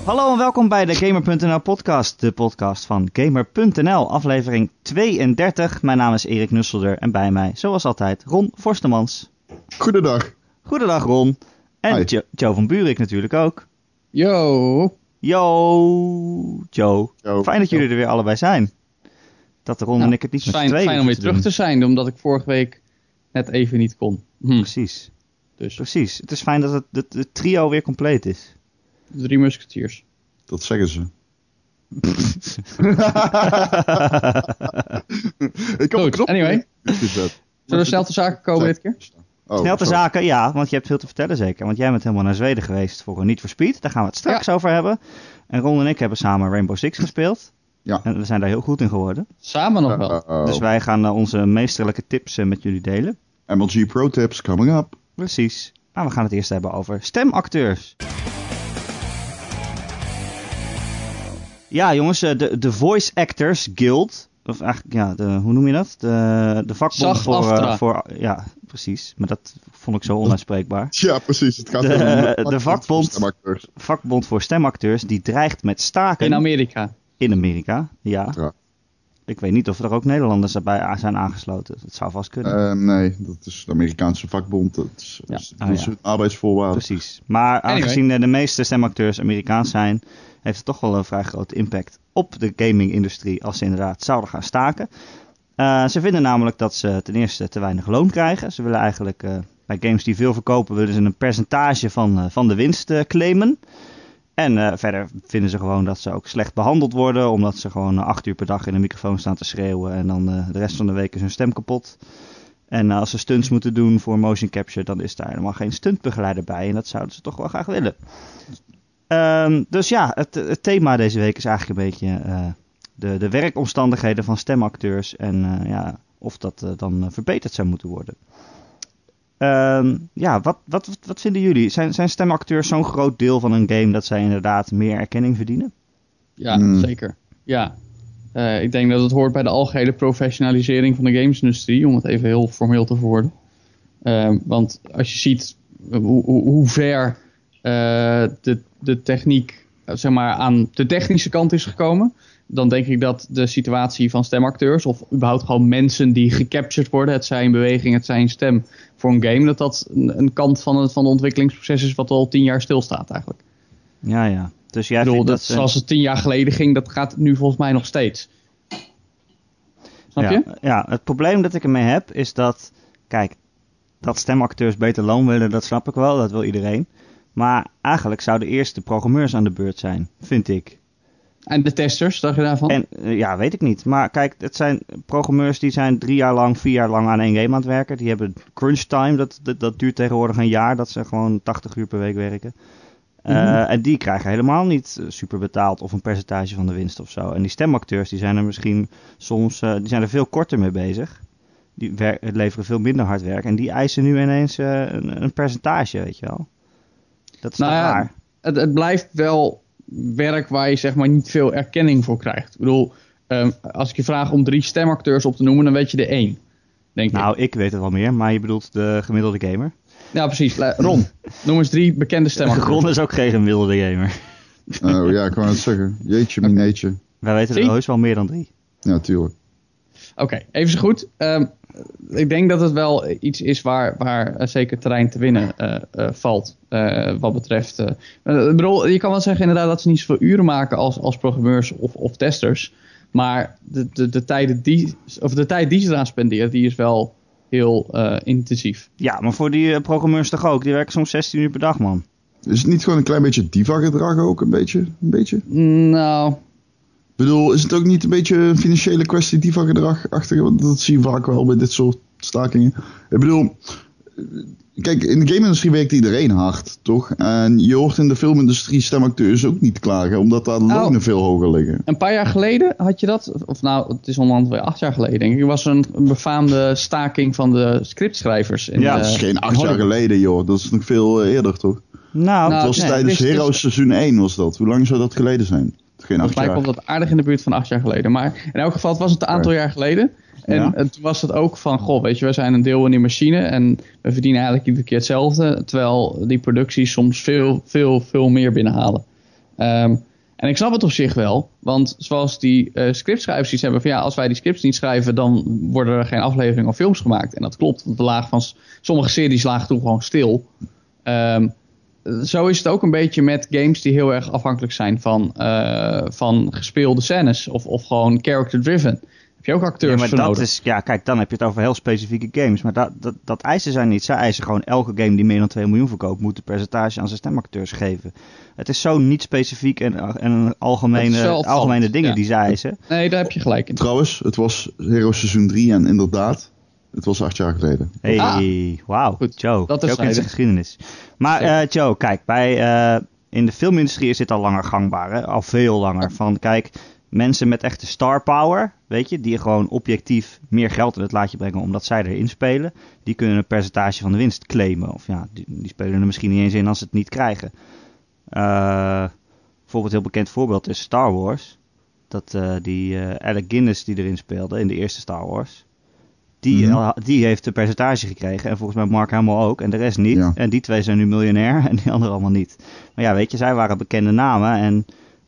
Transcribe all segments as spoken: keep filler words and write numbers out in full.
Hallo en welkom bij de Gamer punt n l podcast, de podcast van Gamer punt n l, aflevering tweeëndertig. Mijn naam is Erik Nusselder en bij mij, zoals altijd, Ron Forstemans. Goedendag. Goedendag Ron. En jo- Joe van Buurik natuurlijk ook. Yo. Yo, Joe. Yo. Fijn dat jullie er weer allebei zijn. Dat Ron Nou, en ik het niet met fijn, z'n tweeën fijn om weer te terug doen. te zijn, omdat ik vorige week net even niet kon. Hm. Precies, Dus precies. Het is fijn dat het, het, het trio weer compleet is. de drie musketiers. Dat zeggen ze. Ik heb een Goed, knop anyway. gezet. Zullen we snel te zaken komen dit keer? Oh, Snel te sorry. zaken, ja, want je hebt veel te vertellen zeker. Want jij bent helemaal naar Zweden geweest voor een Need for Speed. Daar gaan we het straks over hebben. En Ron en ik hebben samen Rainbow Six gespeeld. Ja. En we zijn daar heel goed in geworden. Samen nog wel. Uh-oh. Dus wij gaan uh, onze meesterlijke tips uh, met jullie delen. M L G Pro Tips coming up. Precies. Maar we gaan het eerst hebben over stemacteurs. Ja jongens, uh, de, de Voice Actors Guild. Of eigenlijk, ja, de, hoe noem je dat? De, de vakbond voor, uh, SAG-AFTRA. voor... Ja, precies. Maar dat vond ik zo onuitspreekbaar. Ja, precies. Het gaat De- om de vakbond. stemacteurs. Vakbond voor stemacteurs die dreigt met staken In Amerika. in Amerika. Ja. Ja. Ik weet niet of er ook Nederlanders daarbij zijn aangesloten. Dat zou vast kunnen. Eh, nee, dat is de Amerikaanse vakbond. Dat is, Ja. dat is, Oh, dat is ja. hun arbeidsvoorwaarden. Precies. Maar Anyway. aangezien uh, de meeste stemacteurs Amerikaans zijn, heeft het toch wel een vrij grote impact op de gaming-industrie als ze inderdaad zouden gaan staken. Uh, ze vinden namelijk dat ze ten eerste te weinig loon krijgen. Ze willen eigenlijk uh, bij games die veel verkopen, willen ze een percentage van, uh, van de winst uh, claimen. En uh, verder vinden ze gewoon dat ze ook slecht behandeld worden, omdat ze gewoon uh, acht uur per dag in een microfoon staan te schreeuwen en dan uh, de rest van de week is hun stem kapot. En uh, als ze stunts moeten doen voor motion capture, dan is daar helemaal geen stuntbegeleider bij. En dat zouden ze toch wel graag willen. Um, dus ja, het, het thema deze week is eigenlijk een beetje uh, de, de werkomstandigheden van stemacteurs. En uh, ja, of dat uh, dan uh, verbeterd zou moeten worden. Um, ja, wat, wat, wat, wat vinden jullie? Zijn, zijn stemacteurs zo'n groot deel van een game dat zij inderdaad meer erkenning verdienen? Ja, Hmm. zeker. Ja. Uh, ik denk dat het hoort bij de algehele professionalisering van de gamesindustrie, om het even heel formeel te verwoorden. Uh, want als je ziet uh, hoe, hoe, hoe ver uh, de, de techniek, uh, zeg maar, aan de technische kant is gekomen, dan denk ik dat de situatie van stemacteurs, of überhaupt gewoon mensen die gecaptured worden, het zij een beweging, het zij een stem voor een game, dat dat een, een kant van het, van het ontwikkelingsproces is wat al tien jaar stilstaat eigenlijk. Ja, ja. Dus jij Ik bedoel, vindt dat, dat... zoals het tien jaar geleden ging, dat gaat nu volgens mij nog steeds. Snap ja, je? Ja, het probleem dat ik ermee heb is dat, kijk, dat stemacteurs beter loon willen, dat snap ik wel, dat wil iedereen. Maar eigenlijk zouden eerst de programmeurs aan de beurt zijn, vind ik. En de testers, dacht je daarvan? En uh, ja, weet ik niet. Maar kijk, het zijn programmeurs die zijn drie jaar lang, vier jaar lang aan één game aan het werken. Die hebben crunch time, dat, dat, dat duurt tegenwoordig een jaar, dat ze gewoon tachtig uur per week werken. Uh, mm-hmm. En die krijgen helemaal niet super betaald of een percentage van de winst of zo. En die stemacteurs die zijn er misschien soms uh, die zijn er veel korter mee bezig. Die wer- leveren veel minder hard werk. En die eisen nu ineens uh, een, een percentage, weet je wel. Dat is nou toch ja, raar. Het, het blijft wel werk waar je zeg maar niet veel erkenning voor krijgt. Ik bedoel, um, als ik je vraag om drie stemacteurs op te noemen, dan weet je er één. Denk nou, ik. ik weet het wel meer, maar je bedoelt de gemiddelde gamer. Ja, precies. Ron, noem eens drie bekende stemacteurs. Ron is ook geen gemiddelde gamer. Oh ja, ik wou het zeggen. Jeetje, mineetje. Wij weten Zie? er heus wel meer dan drie. Ja, tuurlijk. Oké, okay, even zo goed. Um, ik denk dat het wel iets is waar, waar uh, zeker terrein te winnen uh, uh, valt. Uh, wat betreft... Uh, uh, bedoel, je kan wel zeggen inderdaad dat ze niet zoveel uren maken als, als programmeurs of, of testers. Maar de, de, de, tijden die, of de tijd die ze eraan spenderen, die is wel heel uh, intensief. Ja, maar voor die uh, programmeurs toch ook? Die werken soms zestien uur per dag, man. Is het niet gewoon een klein beetje diva-gedrag ook? Een beetje? Een beetje? Nou... Ik bedoel, is het ook niet een beetje een financiële kwestie diva-gedrag achter? Want dat zie je vaak wel bij dit soort stakingen. Ik bedoel, kijk, in de game-industrie werkt iedereen hard, toch? En je hoort in de filmindustrie stemacteurs ook niet klagen, omdat daar de lonen oh, veel hoger liggen. Een paar jaar geleden had je dat, of nou, het is onderhand acht jaar geleden, denk ik. Er was een, een befaamde staking van de scriptschrijvers. In ja, de, dat is geen acht jaar geleden, joh. Dat is nog veel uh, eerder, toch? Nou, het was nee, tijdens dus, Heroes dus, seizoen één was dat. Hoe lang zou dat geleden zijn? Geen Volgens mij komt dat aardig in de buurt van acht jaar geleden. Maar in elk geval, het was het een aantal jaar geleden. En ja. toen was het ook van, goh, weet je, we zijn een deel in die machine. En we verdienen eigenlijk iedere keer hetzelfde. Terwijl die producties soms veel, veel, veel meer binnenhalen. Um, en ik snap het op zich wel, want zoals die uh, scriptschrijvers iets hebben van ja, als wij die scripts niet schrijven, dan worden er geen afleveringen of films gemaakt. En dat klopt, want de laag van s- sommige series lagen toen gewoon stil. Um, zo is het ook een beetje met games die heel erg afhankelijk zijn van, uh, van gespeelde scènes of, of gewoon character-driven. Heb je ook acteurs ja, maar voor dat nodig. is, ja, kijk, dan heb je het over heel specifieke games. Maar dat, dat, dat eisen zij niet. Zij eisen gewoon elke game die meer dan twee miljoen verkoopt, moet een percentage aan zijn stemacteurs geven. Het is zo niet specifiek en, en een algemene, algemene dingen ja. die zij eisen. Nee, daar heb je gelijk in. Trouwens, het was Hero seizoen drie en inderdaad, het was acht jaar geleden. Hey, Ah. wauw, Goed, Joe. dat Joe is kent zijn geschiedenis. Maar Ja. uh, Joe, kijk, bij, uh, in de filmindustrie is dit al langer gangbaar, hè? Al veel langer. Van, kijk, mensen met echte star power, weet je, die gewoon objectief meer geld in het laadje brengen omdat zij erin spelen, die kunnen een percentage van de winst claimen. Of ja, die, die spelen er misschien niet eens in als ze het niet krijgen. Uh, bijvoorbeeld een heel bekend voorbeeld is Star Wars. Dat uh, die uh, Alec Guinness die erin speelde in de eerste Star Wars, die, Mhm. uh, die heeft een percentage gekregen. En volgens mij Mark Hamill ook. En de rest niet. Ja. En die twee zijn nu miljonair en die anderen allemaal niet. Maar ja, weet je, zij waren bekende namen. En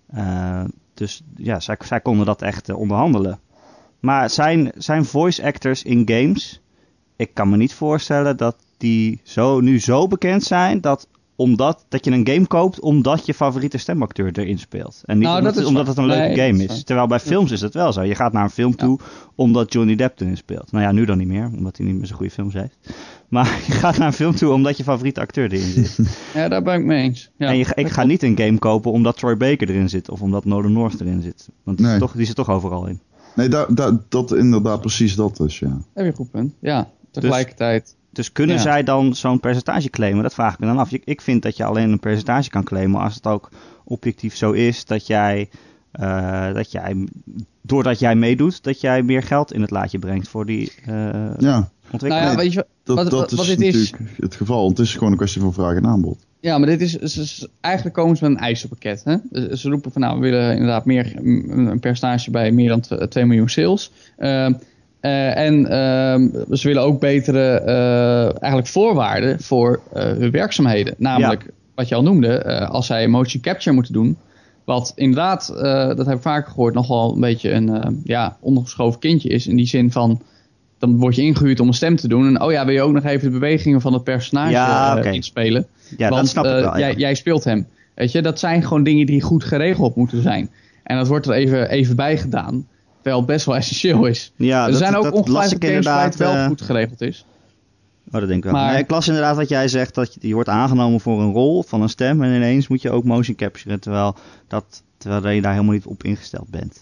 uh, dus ja, zij, zij konden dat echt uh, onderhandelen. Maar zijn, zijn voice actors in games, ik kan me niet voorstellen dat die zo, nu zo bekend zijn dat omdat dat je een game koopt omdat je favoriete stemacteur erin speelt. En niet Nou, omdat, dat is omdat waar. het een leuke Nee, dat game is is. waar. Terwijl bij films is het wel zo. Je gaat naar een film toe omdat Johnny Depp erin speelt. Nou ja, nu dan niet meer, omdat hij niet meer zo'n goede films heeft. Maar je gaat naar een film toe omdat je favoriete acteur erin zit. Ja, daar ben ik mee eens. Ja, en je, ik ga niet een game kopen omdat Troy Baker erin zit of omdat Nolan North erin zit. Want die, Nee. zit toch, die zit toch overal in. Nee, da, da, dat inderdaad precies dat is, ja. Heb je een goed punt. Ja, tegelijkertijd. Dus kunnen Ja. zij dan zo'n percentage claimen? Dat vraag ik me dan af. Ik, ik vind dat je alleen een percentage kan claimen als het ook objectief zo is dat jij, uh, dat jij doordat jij meedoet, dat jij meer geld in het laadje brengt voor die uh, Ja, ontwikkeling. Nou ja, weet je dat, wat, dat wat, is wat dit is? natuurlijk het geval. Het is gewoon een kwestie van vraag en aanbod. Ja, maar dit is, is, is eigenlijk komen ze met een eisenpakket. Hè? Dus ze roepen van nou, we willen inderdaad meer een percentage bij meer dan twee miljoen sales. Uh, uh, en uh, ze willen ook betere uh, eigenlijk voorwaarden voor uh, hun werkzaamheden. Namelijk, ja. wat je al noemde, uh, als zij motion capture moeten doen. Wat inderdaad, uh, dat heb ik vaker gehoord, nogal een beetje een uh, ja, ondergeschoven kindje is. In die zin van, dan word je ingehuurd om een stem te doen. En oh ja, wil je ook nog even de bewegingen van het personage ja, okay. uh, inspelen? Ja, Want dat snap ik wel. uh, Ja. jij, jij speelt hem. Weet je, dat zijn gewoon dingen die goed geregeld moeten zijn. En dat wordt er even, even bij gedaan. Terwijl het best wel essentieel is. Ja, er dat, zijn ook dat ongetwijfeld games waar het wel uh, goed geregeld is. Oh, dat denk ik wel. Maar, nee, ik las inderdaad wat jij zegt, dat je, je wordt aangenomen voor een rol van een stem. En ineens moet je ook motion capturen, terwijl, dat, terwijl je daar helemaal niet op ingesteld bent.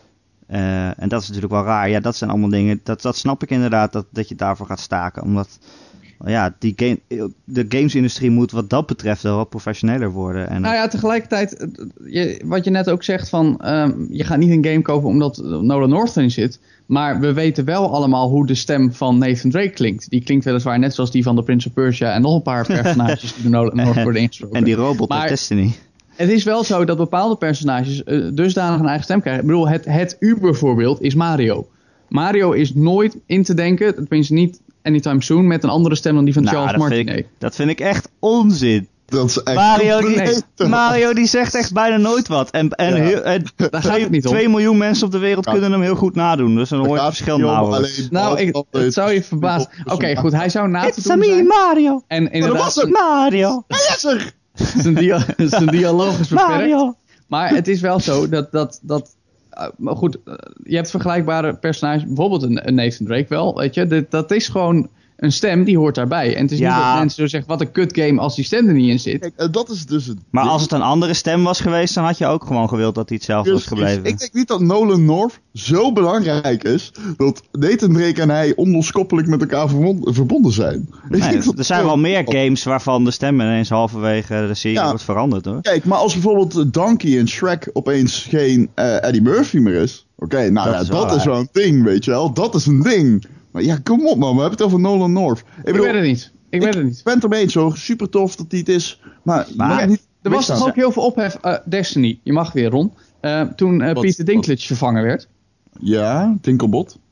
Uh, en dat is natuurlijk wel raar. Ja, dat zijn allemaal dingen, dat, dat snap ik inderdaad, dat, dat je daarvoor gaat staken. Omdat, ja, die game, de gamesindustrie moet wat dat betreft wel wat professioneler worden. En nou ja, tegelijkertijd, je, wat je net ook zegt van, um, je gaat niet een game kopen omdat Nolan North erin zit. Maar we weten wel allemaal hoe de stem van Nathan Drake klinkt. Die klinkt weliswaar net zoals die van The Prince of Persia en nog een paar personages die door Nolan North worden ingesproken. En die robot maar, uit Destiny. Het is wel zo dat bepaalde personages uh, dusdanig een eigen stem krijgen. Ik bedoel, het, het Uber-voorbeeld is Mario. Mario is nooit in te denken, tenminste niet anytime soon, met een andere stem dan die van nou, Charles dat Martinet. Vind ik, dat vind ik echt onzin. Dat is echt Mario, die, Mario die zegt echt bijna nooit wat. En, en, ja. heel, en Daar gaat het niet om. twee miljoen mensen op de wereld ja. kunnen hem heel goed nadoen. Dus dan hoort het verschil nauwelijks. Nou, ik, het zou je verbazen. Oké, okay, goed. Hij zou na te doen me, zijn. Mario. En inderdaad, zijn, Mario. Zijn, dia zijn dialoog is beperkt. Mario. Maar het is wel zo dat... dat, dat uh, maar goed, uh, je hebt vergelijkbare personages. Bijvoorbeeld een, een Nathan Drake wel. Weet je, dat, dat is gewoon... Een stem die hoort daarbij. En het is ja. niet dat mensen zo zeggen, wat een kut game als die stem er niet in zit. Kijk, dat is dus het maar als het een andere stem was geweest, dan had je ook gewoon gewild dat hij hetzelfde was gebleven. Ik denk niet dat Nolan North zo belangrijk is, dat Nathan Drake en hij onloskoppelijk met elkaar verbonden zijn. Nee, er, er zijn wel meer games waarvan de stem ineens halverwege de serie ja. wordt veranderd, hoor. Kijk, maar als bijvoorbeeld Donkey in Shrek opeens geen uh, Eddie Murphy meer is. Oké, okay, nou dat, ja, is, dat wel is wel een ding, weet je wel. Dat is een ding. Maar ja, kom op man, we hebben het over Nolan North. Ik, ik bedoel, weet het niet. Ik, ik weet het niet. Ik ben het ermee eens hoor, super tof dat hij het is. Maar, maar, maar niet, er was toch ook heel veel ophef. Uh, Destiny, je mag weer Ron. Uh, toen uh, Peter Dinklage vervangen werd. Ja, Tinkerbot.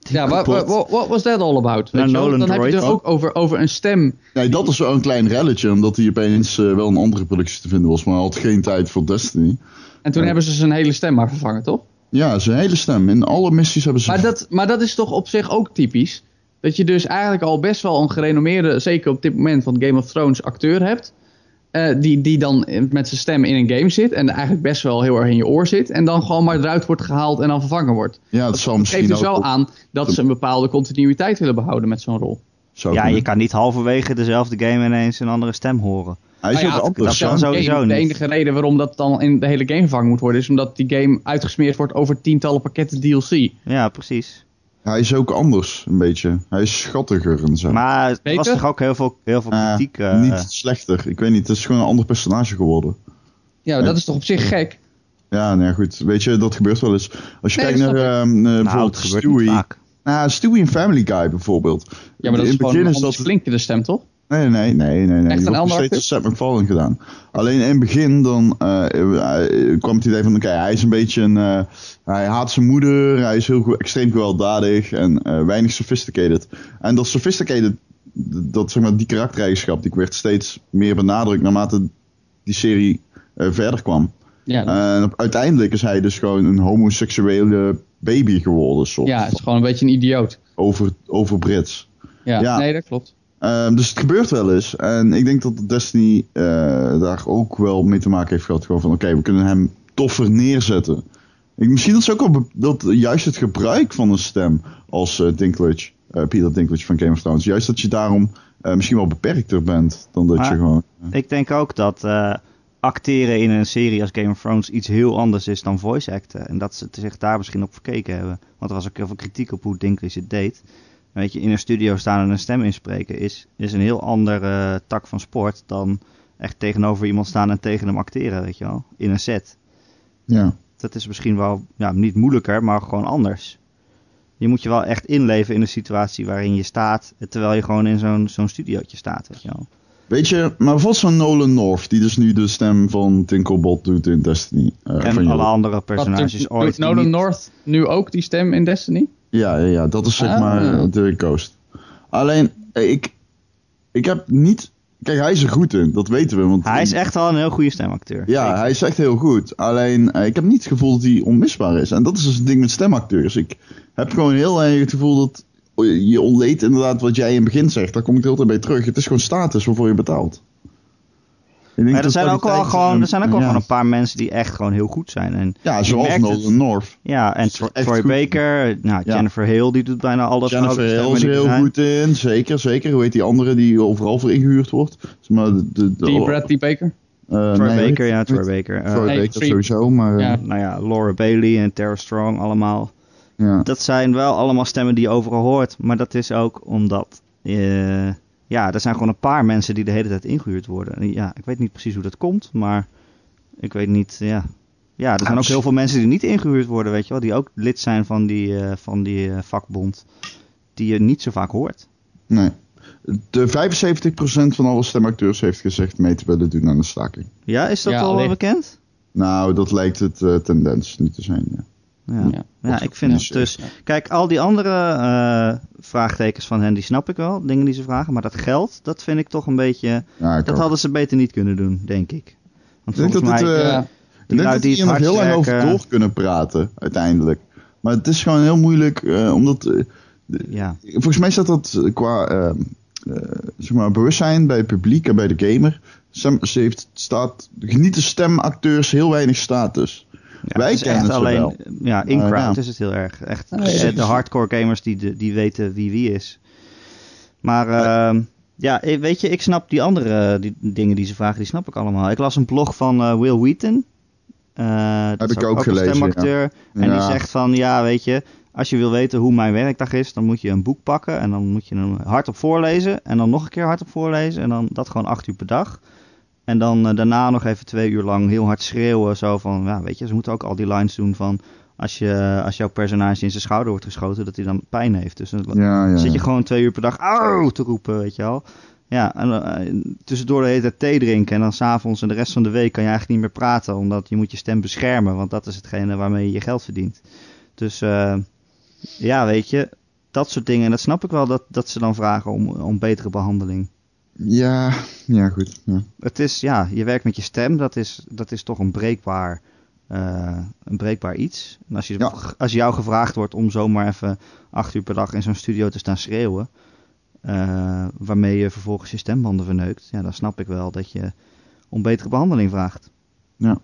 Ja, what, what, what was that all about? Weet Nou, je wel? Nolan Dan heb je Droid. het ook over, over een stem. Nee, dat is wel een klein relletje, omdat hij opeens uh, wel een andere productie te vinden was, maar hij had geen tijd voor Destiny. En toen Ja. hebben ze zijn hele stem maar vervangen, toch? Ja, zijn hele stem. In alle missies hebben ze... Maar dat, maar dat is toch op zich ook typisch. Dat je dus eigenlijk al best wel een gerenommeerde, zeker op dit moment van Game of Thrones, acteur hebt. Uh, die, die dan met zijn stem in een game zit. En eigenlijk best wel heel erg in je oor zit. En dan gewoon maar eruit wordt gehaald en dan vervangen wordt. Ja, dat, Dat zal geeft misschien dus ook... wel aan dat ze een bepaalde continuïteit willen behouden met zo'n rol. Zou Ja, kunnen. je kan niet halverwege dezelfde game ineens een andere stem horen. Hij is Nou ja, ook het- anders. dat hè? kan sowieso de niet. enige reden waarom dat dan in de hele game vervangen moet worden, is omdat die game uitgesmeerd wordt over tientallen pakketten D L C. Ja, precies. Hij is ook anders, een beetje. Hij is schattiger en zo. Maar er was Beter? toch ook heel veel, heel veel Uh, kritiek. eh, niet slechter. Ik weet niet, het is gewoon een ander personage geworden. Ja, dat is toch op zich gek? Ja, nou ja, goed. Weet je, dat gebeurt wel eens. Als je Nee, kijkt dat naar snap uh, uh, nou, bijvoorbeeld het gebeurt niet Stewie. vaak. Nou, Stewie in Family Guy bijvoorbeeld. Ja, maar dat is in het gewoon begin een is anders dat... klinkje de stem, toch? Nee, nee, nee, nee. nee. Echt Die een wordt nog ander steeds als Seth MacFarlane gedaan. Alleen in het begin dan uh, uh, kwam het idee van, oké, okay, hij is een beetje een... Uh, hij haat zijn moeder, hij is heel goed, extreem gewelddadig en uh, weinig sophisticated. En dat sophisticated, dat, zeg maar, die karaktereigenschap, die werd steeds meer benadrukt naarmate die serie uh, verder kwam. Ja, En uiteindelijk is hij dus gewoon een homoseksuele baby geworden, soort ja, het is gewoon een beetje een idioot. over, over Brits. Ja, Ja. nee, dat klopt. Um, dus het gebeurt wel eens. En ik denk dat Destiny uh, daar ook wel mee te maken heeft gehad. Gewoon van, oké, okay, we kunnen hem toffer neerzetten. Ik, misschien dat is ook wel be- dat juist het gebruik van een stem als uh, Dinklage, uh, Peter Dinklage van Game of Thrones, juist dat je daarom uh, misschien wel beperkter bent dan dat Maar- je gewoon... Uh, Ik denk ook dat uh, acteren in een serie als Game of Thrones iets heel anders is dan voice acten. En dat ze zich daar misschien op verkeken hebben. Want er was ook heel veel kritiek op hoe Dinklage het deed. Weet je, in een studio staan en een stem inspreken is, is een heel andere uh, tak van sport dan echt tegenover iemand staan en tegen hem acteren, weet je wel. In een set. ja. Dat is misschien wel, ja, niet moeilijker, maar gewoon anders. Je moet je wel echt inleven in de situatie waarin je staat, terwijl je gewoon in zo'n, zo'n studiootje staat, weet je wel. Weet je, maar bijvoorbeeld zo'n Nolan North, die dus nu de stem van Tinkerbell doet in Destiny. Uh, En van alle jullie. andere personages Wat, doet- ooit. doet die Nolan niet- North nu ook die stem in Destiny? Ja, ja, ja, dat is zeg Ah. maar de coast. Alleen, eh, ik, ik heb niet... Kijk, hij is er goed in, dat weten we. Want Hij is echt wel een heel goede stemacteur. Ja, Zeker. hij is echt heel goed. Alleen, eh, ik heb niet het gevoel dat hij onmisbaar is. En dat is dus het ding met stemacteurs. Ik heb gewoon heel erg het gevoel dat je ontleedt inderdaad wat jij in het begin zegt. Daar kom ik de hele tijd bij terug. Het is gewoon status waarvoor je betaalt. Ik denk Maar er dat zijn ook wel kwaliteit, gewoon, eh, er zijn ook wel ja. gewoon een paar mensen die echt gewoon heel goed zijn. En Ja, je zoals merkt het. Nolan North. Ja, en is Tro- echt Troy goed. Baker, nou, Ja. Jennifer Hale, die doet bijna alles. Jennifer vrouwelijke Hale is er stemmen die heel er zijn. goed in. Zeker, zeker. Hoe heet die andere die overal voor ingehuurd wordt? Zeg Maar de, de, de, Die Bradley Baker? eh, Troy nee, Baker, weet- ja, Troy weet- Baker. Eh, Troy Nee, Baker Tree- sowieso, maar... eh, Ja. nou ja, Laura Bailey en Tara Strong allemaal. ja. Dat zijn wel allemaal stemmen die je overal hoort. Maar dat is ook omdat... eh, ja, er zijn gewoon een paar mensen die de hele tijd ingehuurd worden. En ja, ik weet niet precies hoe dat komt, maar... Ik weet niet, ja... Ja, er zijn ook dus- heel veel mensen die niet ingehuurd worden, weet je wel. Die ook lid zijn van die, eh, van die eh, vakbond. Die je niet zo vaak hoort. Nee. De vijfenzeventig procent van alle stemacteurs heeft gezegd mee te willen doen aan de staking. Ja, is dat Ja, al alleen- bekend? Nou, dat lijkt het uh, tendens nu te zijn, ja. Ja, Ja. ja ik vind Ja. het dus... Kijk, al die andere eh, vraagtekens van hen, die snap ik wel. Dingen die ze vragen. Maar dat geld, dat vind ik toch een beetje... ja ik Dat ook. hadden ze beter niet kunnen doen, denk ik. Want Ik denk volgens dat mij... het, eh, Ja. Ik die denk lui dat die we hier het nog heel hardst lang over werken- door kunnen praten, uiteindelijk. Maar het is gewoon heel moeilijk, uh, omdat... Uh, de- Ja. volgens mij staat dat uh, qua uh, uh, zeg maar bewustzijn bij het publiek en bij de gamer... Stem, ze heeft, staat, genieten stemacteurs heel weinig status. Ja, Wij het is kennen echt ze alleen, wel. ja, in crowd Uh, ja. is het heel erg. Echt, Nee, eh, zeker. de hardcore gamers die, de- die weten wie wie is. Maar ehm, ja, eh, weet je, ik snap die andere die, dingen die ze vragen, die snap ik allemaal. Ik las een blog van eh, Will Wheaton. Eh, dat Heb is ik ook een gelezen, stemacteur. En die Ja. zegt van, ja, weet je, als je wil weten hoe mijn werkdag is, dan moet je een boek pakken en dan moet je hem hardop voorlezen. En dan nog een keer hardop voorlezen en dan dat gewoon acht uur per dag. En dan eh, daarna nog even twee uur lang heel hard schreeuwen. Zo van, ja, weet je, ze moeten ook al die lines doen van... Als, je, als jouw personage in zijn schouder wordt geschoten, dat hij dan pijn heeft. Dus dan Ja, ja, zit je ja. gewoon twee uur per dag auw te roepen, weet je wel. Ja, en eh, tussendoor de hele tijd thee drinken. En dan s'avonds en de rest van de week kan je eigenlijk niet meer praten. Omdat je moet je stem beschermen. Want dat is hetgene waarmee je je geld verdient. Dus uh, ja, weet je. dat soort dingen. En dat snap ik wel dat, dat ze dan vragen om, om betere behandeling. Ja, ja goed. Ja. Het is, ja, je werkt met je stem. Dat is, dat is toch een breekbaar, uh, een breekbaar iets. En als, je, Ja. als jou gevraagd wordt om zomaar even acht uur per dag in zo'n studio te staan schreeuwen. Uh, waarmee je vervolgens je stembanden verneukt. Ja, dan snap ik wel dat je om betere behandeling vraagt. Ja.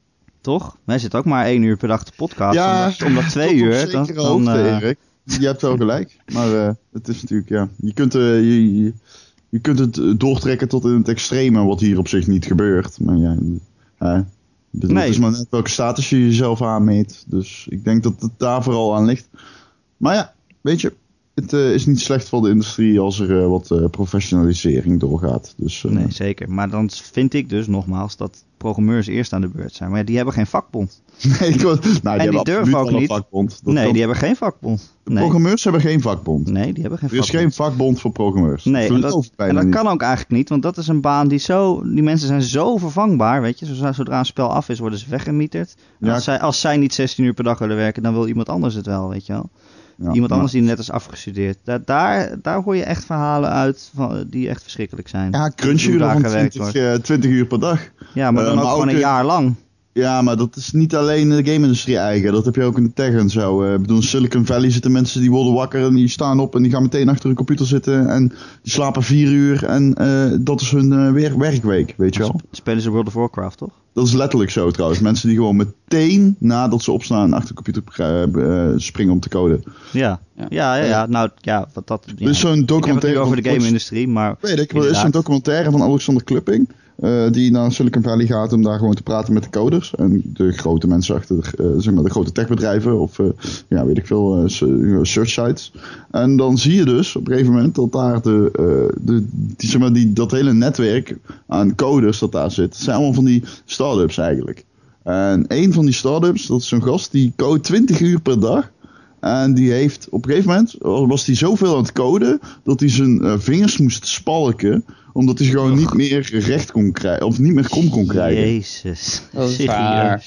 Toch? Wij zitten ook maar één uur per dag te podcasten. Ja, omdat, omdat twee tot op uur. Dan, zekere dan, hoogte, uh, Erik. Je hebt wel gelijk. Maar uh, het is natuurlijk, ja. Je kunt, uh, je, je, je kunt het doortrekken tot in het extreme, wat hier op zich niet gebeurt. Maar ja, uh, bedoel, Nee. het is maar net welke status je jezelf aanmeet. Dus ik denk dat het daar vooral aan ligt. Maar ja, weet je. Het uh, is niet slecht voor de industrie als er uh, wat uh, professionalisering doorgaat. Dus, uh, nee, zeker. Maar dan vind ik dus nogmaals dat programmeurs eerst aan de beurt zijn. Maar ja, die hebben geen vakbond. nee, ik, nou, die, die hebben durven ook wel een niet. vakbond. Dat nee, kan. die hebben geen vakbond. De Nee. programmeurs hebben geen vakbond. Nee, die hebben geen Er is vakbond. geen vakbond voor programmeurs. Nee, en geloof dat, ik bijna en dat niet. kan ook eigenlijk niet, want dat is een baan die zo... Die mensen zijn zo vervangbaar, weet je. Zodra, zodra een spel af is, worden ze weggemieterd. En Ja. Als, zij, als zij niet zestien uur per dag willen werken, dan wil iemand anders het wel, weet je wel. Ja, Iemand maar- anders die net is afgestudeerd. Daar, daar, daar hoor je echt verhalen uit van, die echt verschrikkelijk zijn. Ja, Hoe crunchuren daar van gewerkt twintig, wordt. uh, twintig uur per dag. Ja, maar eh, dan ook maar gewoon ook, een uh, jaar lang. Ja, maar dat is niet alleen de game-industrie eigen. Dat heb je ook in de tech en zo. Uh, ik bedoel, in Silicon Valley zitten mensen die worden wakker en die staan op en die gaan meteen achter hun computer zitten en die slapen vier uur en uh, dat is hun uh, weer werkweek, weet je wel. Spelen ze World of Warcraft, toch? Dat is letterlijk zo trouwens. Mensen die gewoon meteen nadat ze opstaan achter de computer uh, springen om te coden. Ja, ja, ja. ja, ja. Nou, ja, wat dat... Ja. Er is zo'n Ik heb het documentaire nu over de van- game-industrie, maar... Weet ik, er is inderdaad. een documentaire van Alexander Klupping. Uh, die naar Silicon Valley gaat om daar gewoon te praten met de coders. En de grote mensen achter uh, zeg maar de grote techbedrijven. Of uh, ja, weet ik veel, uh, search sites. En dan zie je dus op een gegeven moment dat daar de, uh, de die, zeg maar die, dat hele netwerk aan coders dat daar zit. Het zijn allemaal van die start-ups eigenlijk. En een van die start-ups, dat is zo'n gast die code twintig uur per dag. En die heeft op een gegeven moment, was hij zoveel aan het coden, dat hij zijn uh, vingers moest spalken, omdat hij ze gewoon niet meer recht kon krijgen, of niet meer kom kon krijgen. Jezus. Dat is Serieus. waar.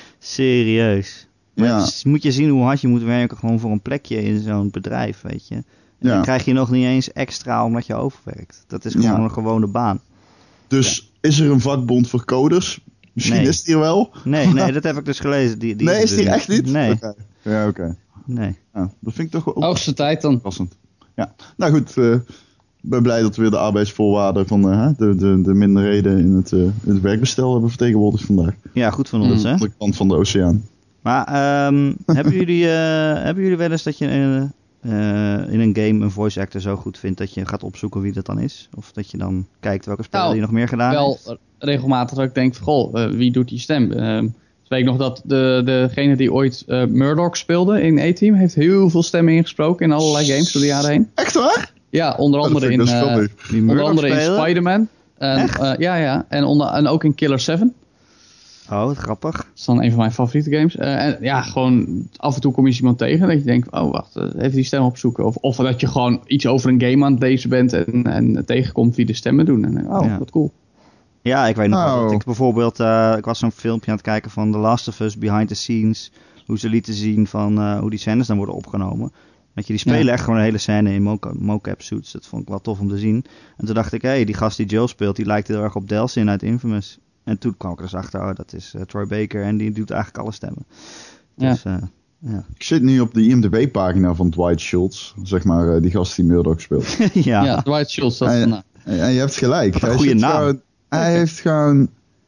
Serieus. Maar Ja. het is- moet je zien hoe hard je moet werken gewoon voor een plekje in zo'n bedrijf, weet je. En Ja. dan krijg je nog niet eens extra omdat je overwerkt. Dat is gewoon Ja. een gewone baan. Dus is er een vakbond voor coders? Misschien Nee. is die er wel. Nee, nee, dat heb ik dus gelezen. Die, die nee, is er die dus echt niet? Nee, Oké. Ja, oké. nee. Ja, dat vind ik toch wel Hoogste tijd dan. verrassend. Ja, nou goed. uh, Ik ben blij dat we weer de arbeidsvoorwaarden van uh, de, de, de minderheden in het, uh, het werkbestel hebben vertegenwoordigd vandaag. Ja, goed van ons, Mm. hè. Aan de kant van de oceaan. Maar ehm, hebben, jullie, uh, hebben jullie wel eens dat je uh, uh, in een game een voice actor zo goed vindt dat je gaat opzoeken wie dat dan is? Of dat je dan kijkt welke spellen Nou, die nog meer gedaan Wel heeft? regelmatig dat ik denk van, goh, uh, wie doet die stem? Uh, dus weet ik nog dat de, degene die ooit uh, Murdoch speelde in A-Team heeft heel veel stemmen ingesproken in allerlei games door de jaren heen. Echt waar? Ja, onder Oh, dat andere vind ik in, best uh, grappig. Die onder Murdoch andere in spelen? Spider-Man. En, Echt? uh, ja, ja. En, onder, en ook in Killer seven. Oh, wat grappig. Dat is dan een van mijn favoriete games. Uh, en ja, gewoon af en toe kom je eens iemand tegen dat je denkt, oh wacht, uh, even die stem opzoeken. Of, of dat je gewoon iets over een game aan het lezen bent en, en tegenkomt wie de stemmen doen. En oh, Ja. wat cool. Ja, ik weet nog wel Oh. dat ik bijvoorbeeld... Uh, ik was zo'n filmpje aan het kijken van The Last of Us behind the scenes. Hoe ze lieten zien van uh, hoe die scènes dan worden opgenomen. Dat je die spelen Ja. echt gewoon een hele scène in moca- mocap suits. Dat vond ik wel tof om te zien. En toen dacht ik, hé, hey, die gast die Joel speelt, die lijkt heel erg op Delsin uit Infamous. En toen kwam ik er dus achter, oh, dat is uh, Troy Baker en die doet eigenlijk alle stemmen. Ja. Dus, uh, ja. Ik zit nu op de I M D B-pagina van Dwight Schultz. Zeg maar uh, die gast die Murdoch speelt. ja. Ja, Dwight Schultz. Dat, Ah, ja. nou, En, en je hebt gelijk. Wat een Hij goede zit naam. gewoon- hij heeft gewoon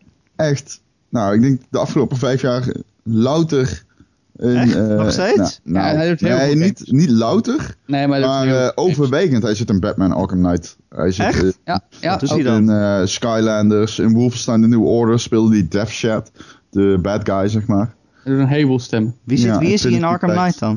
echt, nou ik denk de afgelopen vijf jaar louter... Een, Echt? uh, Nog steeds? Nou, Ja, hij doet heel nee, veel niet, niet louter, nee, maar, dat maar is heel- uh, overwegend. Hij zit in Batman Arkham Knight. Hij zit Echt? uh, Ja, ja. Wat doet hij ook- dan? in uh, Skylanders, in Wolfenstein The New Order speelde hij Death Shad, de bad guy zeg maar. Hij doet een heleboel stemmen. Wie, zit, Ja, wie is hij in Trinity Arkham Knight. Knight dan?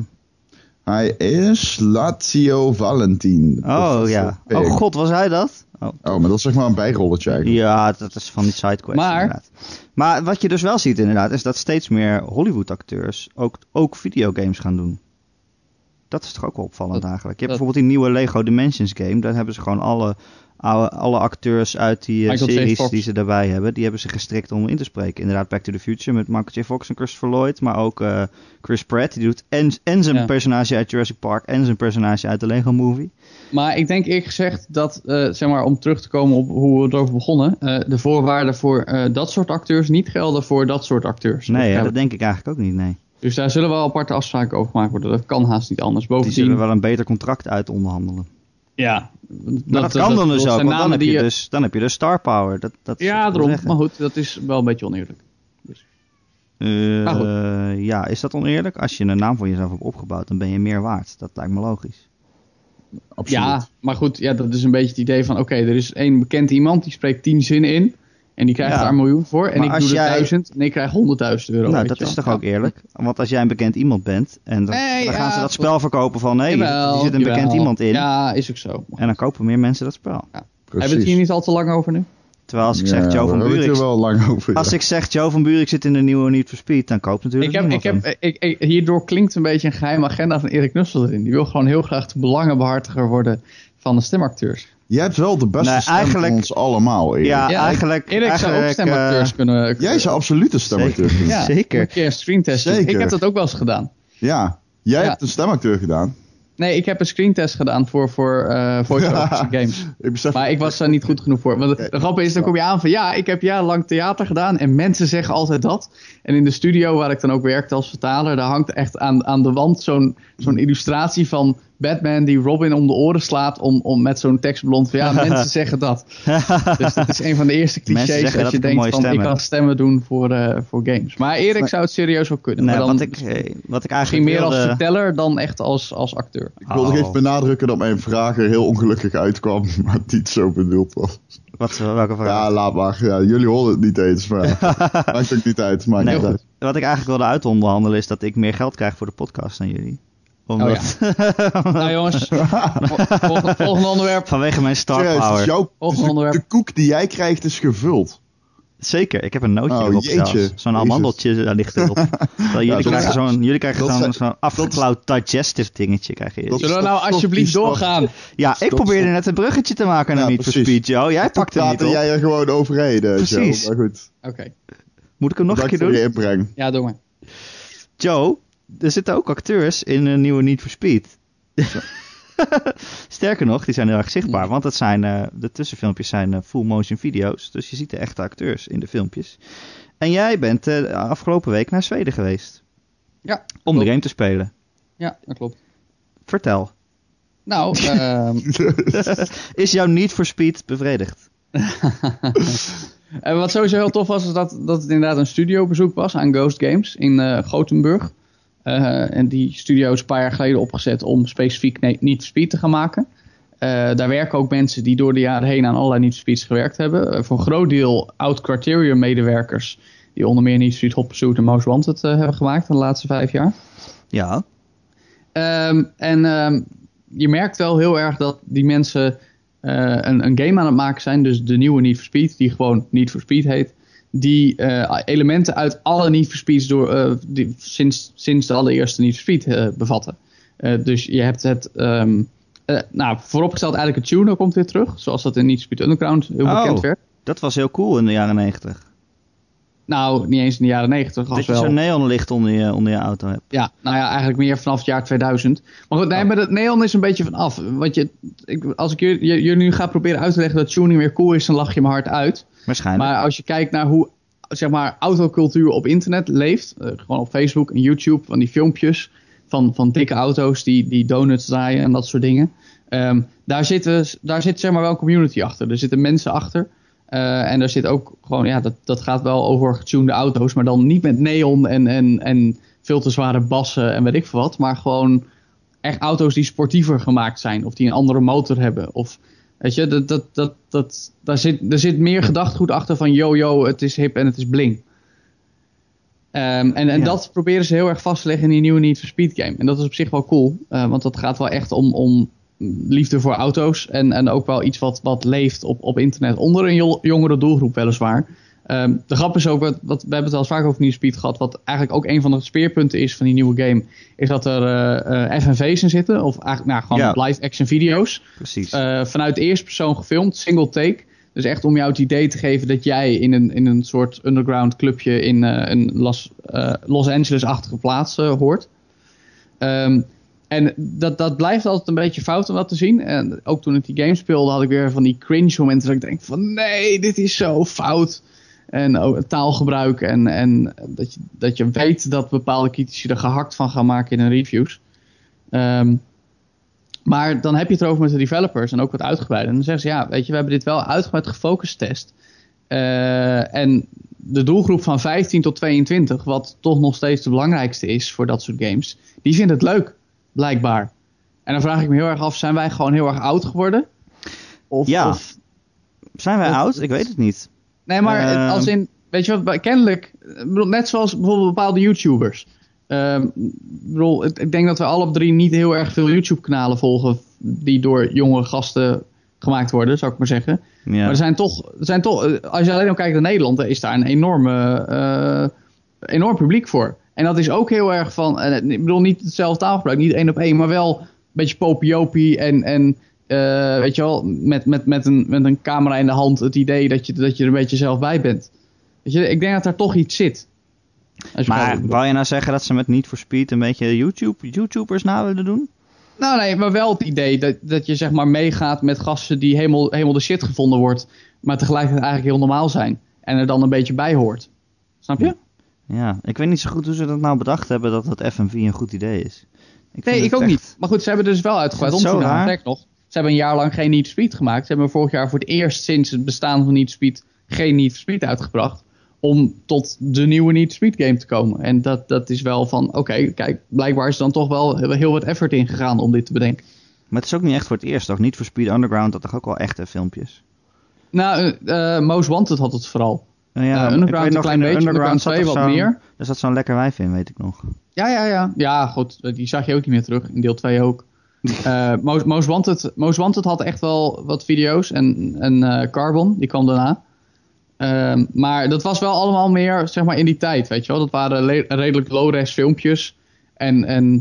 Hij is Lazio Valentin. de Oh professor ja. Pig. Oh god, was hij dat? Oh. Oh, maar dat is zeg maar een bijrolletje eigenlijk. Ja, dat is van die sidequests Maar- inderdaad. Maar wat je dus wel ziet inderdaad, is dat steeds meer Hollywood acteurs ook, ook videogames gaan doen. Dat is toch ook wel opvallend Dat, eigenlijk. Je hebt dat, bijvoorbeeld die nieuwe Lego Dimensions game. Daar hebben ze gewoon alle, alle, alle acteurs uit die uh, series die ze daarbij hebben. Die hebben ze gestrikt om in te spreken. Inderdaad, Back to the Future met Michael J. Fox en Christopher Lloyd. Maar ook uh, Chris Pratt. Die doet en, en zijn ja. personage uit Jurassic Park. En zijn personage uit de Lego Movie. Maar ik denk eerlijk gezegd dat, uh, zeg maar, om terug te komen op hoe we erover begonnen. Uh, de voorwaarden voor uh, dat soort acteurs niet gelden voor dat soort acteurs. Nee, ja, dat denk ik eigenlijk ook niet, nee. Dus daar zullen wel aparte afspraken over gemaakt worden. Dat kan haast niet anders. Bovendien, die zullen wel een beter contract uit onderhandelen. Ja. Maar dat, dat kan dat, dan dus ook, want dan heb, je dus, dan heb je dus star power. Dat, dat ja, daarom. Maar goed, dat is wel een beetje oneerlijk. Dus. Uh, ah, goed. Ja, is dat oneerlijk? Als je een naam voor jezelf hebt opgebouwd, dan ben je meer waard. Dat lijkt me logisch. Absoluut. Ja, maar goed, ja, dat is een beetje het idee van... Oké, okay, er is één bekend iemand die spreekt tien zinnen in... En die krijgt ja. daar een miljoen voor. En maar ik doe er jij... duizend en ik krijg honderdduizend euro. Nou, dat is toch ja. ook eerlijk? Want als jij een bekend iemand bent... En dan, nee, dan gaan ja, ze dat spel verkopen van... Nee, er zit een jawel. bekend iemand in. Ja, is ook zo. En dan kopen meer mensen dat spel. Ja. Hebben we het hier niet al te lang over nu? Terwijl als ik zeg ja, Joe van Buurik... wel lang over, ja. Als ik zeg Joe van Buurik zit in de nieuwe Need for Speed... Dan koopt natuurlijk ik heb, ik heb, ik, ik, Hierdoor klinkt een beetje een geheime agenda van Erik Nussel erin. Die wil gewoon heel graag de belangenbehartiger worden van de stemacteurs. Jij hebt wel de beste nee, stem van ons allemaal, Erik. Ja, ja eigenlijk... Erik zou ook stemacteurs uh, kunnen... Jij zou absoluut een stemacteur kunnen. Ja, zeker. Een keer een screentest. Zeker. Ik heb dat ook wel eens gedaan. Ja, jij ja. hebt een stemacteur gedaan. Nee, ik heb een screentest gedaan voor, voor uh, voice ja, games. Ik besef... Maar ik was daar niet goed genoeg voor. Want de, de grap is, dan kom je aan van... Ja, ik heb jarenlang theater gedaan. En mensen zeggen altijd dat. En in de studio waar ik dan ook werkte als vertaler... Daar hangt echt aan, aan de wand zo'n, zo'n illustratie van... Batman die Robin om de oren slaat om, om met zo'n tekstblond van ja, mensen zeggen dat. Dus dat is een van de eerste clichés dat, dat je denkt van ik kan stemmen doen voor, uh, voor games. Maar Erik zou het serieus wel kunnen. Nee, maar dan wat, ik, wat ik eigenlijk meer wilde... als verteller dan echt als, als acteur. Ik wilde oh. even benadrukken dat mijn vraag er heel ongelukkig uitkwam, maar het niet zo bedoeld was. Wat, welke vraag? Ja, laat maar. Ja, jullie horen het niet eens, maar maakt ook niet uit. Maakt nee, niet uit. Wat ik eigenlijk wilde uitonderhandelen is dat ik meer geld krijg voor de podcast dan jullie. Omdat... Oh ja. Nou jongens, volgende, volgende onderwerp. Vanwege mijn star Serieus, power. Dus jouw, dus de koek die jij krijgt is gevuld. Zeker, ik heb een nootje oh, erop zelfs. Zo'n almandeltje daar ligt erop. jullie, ja, krijgen zo'n, jullie krijgen zo'n, zijn, zo'n afgeklauwd digestive dingetje. Krijgen jullie. Zullen we nou alsjeblieft doorgaan? Ja, stop, ik probeerde stop. net een bruggetje te maken naar ja, Need for Speed, Joe. Jij pakt hem niet op. jij er gewoon overheen, Precies. Joe. Maar goed. Oké. Okay. Moet ik hem nog Bedankt een keer doen? Je ja, doe maar. Joe, er zitten ook acteurs in een nieuwe Need for Speed. Sterker nog, die zijn heel erg zichtbaar. Want het zijn, uh, de tussenfilmpjes zijn uh, full motion video's. Dus je ziet de echte acteurs in de filmpjes. En jij bent uh, afgelopen week naar Zweden geweest. Ja. Om klopt. de game te spelen. Ja, dat klopt. Vertel. Nou, uh... is jouw Need for Speed bevredigd? En wat sowieso heel tof was, is dat, dat het inderdaad een studiobezoek was aan Ghost Games in uh, Gothenburg. Uh, en die studio is een paar jaar geleden opgezet om specifiek Need for Speed te gaan maken. Uh, daar werken ook mensen die door de jaren heen aan allerlei Need for Speeds gewerkt hebben. Uh, voor een groot deel oud-Criterion medewerkers die onder meer Need for Speed Hot Pursuit en Most Wanted uh, hebben gemaakt in de laatste vijf jaar. Ja. Um, en um, je merkt wel heel erg dat die mensen uh, een, een game aan het maken zijn. Dus de nieuwe Need for Speed, die gewoon Need for Speed heet. Die uh, elementen uit alle Need for Speeds door, uh, die, sinds, sinds de allereerste Need for Speed uh, bevatten. Uh, dus je hebt het... Um, uh, nou, vooropgesteld eigenlijk het tuner komt weer terug. Zoals dat in Need for Speed Underground heel oh, bekend werd. Dat was heel cool in de jaren negentig. Nou, niet eens in de jaren negentig. Dat je wel... zo'n neonlicht onder je, onder je auto hebt. Ja, nou ja, eigenlijk meer vanaf het jaar tweeduizend. Maar goed, nee, oh. maar dat neon is een beetje vanaf. Want je, ik, als ik je, je, je nu ga proberen uit te leggen dat tuning weer cool is, dan lach je me hard uit. Waarschijnlijk. Maar als je kijkt naar hoe, zeg maar, autocultuur op internet leeft, uh, gewoon op Facebook en YouTube, van die filmpjes van, van dikke auto's die, die donuts draaien en dat soort dingen. Um, daar zit, daar zit zeg maar wel een community achter. Er zitten mensen achter. Uh, en daar zit ook gewoon, ja, dat, dat gaat wel over getunede auto's, maar dan niet met neon en, en, en veel te zware bassen en weet ik veel wat, maar gewoon echt auto's die sportiever gemaakt zijn of die een andere motor hebben. Of, weet je, dat, dat, dat, dat, daar, zit, er zit meer gedachtegoed achter van yo, yo, het is hip en het is bling. Um, en en ja. dat proberen ze heel erg vast te leggen in die nieuwe Need for Speed game. En dat is op zich wel cool, uh, want dat gaat wel echt om... om liefde voor auto's en, en ook wel iets wat, wat leeft op, op internet onder een jongere doelgroep weliswaar. Um, de grap is ook, wat, wat, we hebben het al eens vaak over Need for Speed gehad, wat eigenlijk ook een van de speerpunten is van die nieuwe game, is dat er uh, uh, F M V's in zitten, of eigenlijk nou, gewoon ja. live action video's. Precies. Uh, vanuit de eerste persoon gefilmd, single take. Dus echt om jou het idee te geven dat jij in een, in een soort underground clubje in uh, een Los, uh, Los Angeles-achtige plaats uh, hoort. Um, en dat, dat blijft altijd een beetje fout om dat te zien. En ook toen ik die game speelde had ik weer van die cringe momenten dat ik denk van nee, dit is zo fout. En ook taalgebruik en, en dat, je, dat je weet dat bepaalde critici er gehakt van gaan maken in hun reviews. Um, maar dan heb je het erover met de developers en ook wat uitgebreider. En dan zeggen ze ja, weet je, we hebben dit wel uitgebreid gefocust test. Uh, en de doelgroep van vijftien tot tweeëntwintig, wat toch nog steeds de belangrijkste is voor dat soort games, die vindt het leuk, blijkbaar. En dan vraag ik me heel erg af, zijn wij gewoon heel erg oud geworden? Of, ja. Of, zijn wij of, oud? Ik weet het niet. Nee, maar uh, als in, weet je wat, kennelijk, net zoals bijvoorbeeld bepaalde YouTubers. Uh, bedoel, ik denk dat we alle drie niet heel erg veel YouTube-kanalen volgen die door jonge gasten gemaakt worden, zou ik maar zeggen. Ja. Maar er zijn toch, er zijn toch, als je alleen al kijkt naar Nederland, dan is daar een enorme, uh, enorm publiek voor. En dat is ook heel erg van, uh, ik bedoel niet hetzelfde taalgebruik, niet één op één, maar wel een beetje popiopie en, en uh, weet je wel, met, met, met, een, met een camera in de hand het idee dat je, dat je er een beetje zelf bij bent. Weet je, ik denk dat daar toch iets zit. Maar wou je nou zeggen dat ze met Need for Speed een beetje YouTube, YouTubers na willen doen? Nou nee, maar wel het idee dat, dat je zeg maar meegaat met gasten die helemaal, helemaal de shit gevonden wordt, maar tegelijkertijd eigenlijk heel normaal zijn. En er dan een beetje bij hoort. Snap je? Ja, ik weet niet zo goed hoe ze dat nou bedacht hebben dat dat F M V een goed idee is. Ik nee, ik ook echt... niet. Maar goed, ze hebben dus wel uitgebreid onderzoek naar. Nog. Ze hebben een jaar lang geen Need for Speed gemaakt. Ze hebben vorig jaar voor het eerst sinds het bestaan van Need for Speed geen Need for Speed uitgebracht. Om tot de nieuwe Need for Speed game te komen. En dat, dat is wel van, oké, okay, kijk, blijkbaar is er dan toch wel heel wat effort in gegaan om dit te bedenken. Maar het is ook niet echt voor het eerst, toch? Need for Speed Underground had toch ook wel echte filmpjes? Nou, uh, Most Wanted had het vooral. Uh, ja, uh, Underground een klein beetje, Underground twee wat meer. Er zat zo'n lekker wijf in, weet ik nog. Ja, ja, ja. Ja, goed, die zag je ook niet meer terug. In deel twee ook. uh, Most, Most, Wanted, Most Wanted had echt wel wat video's. En, en uh, Carbon, die kwam daarna. Um, maar dat was wel allemaal meer, zeg maar, in die tijd, weet je wel. Dat waren le- redelijk low-res filmpjes. En, en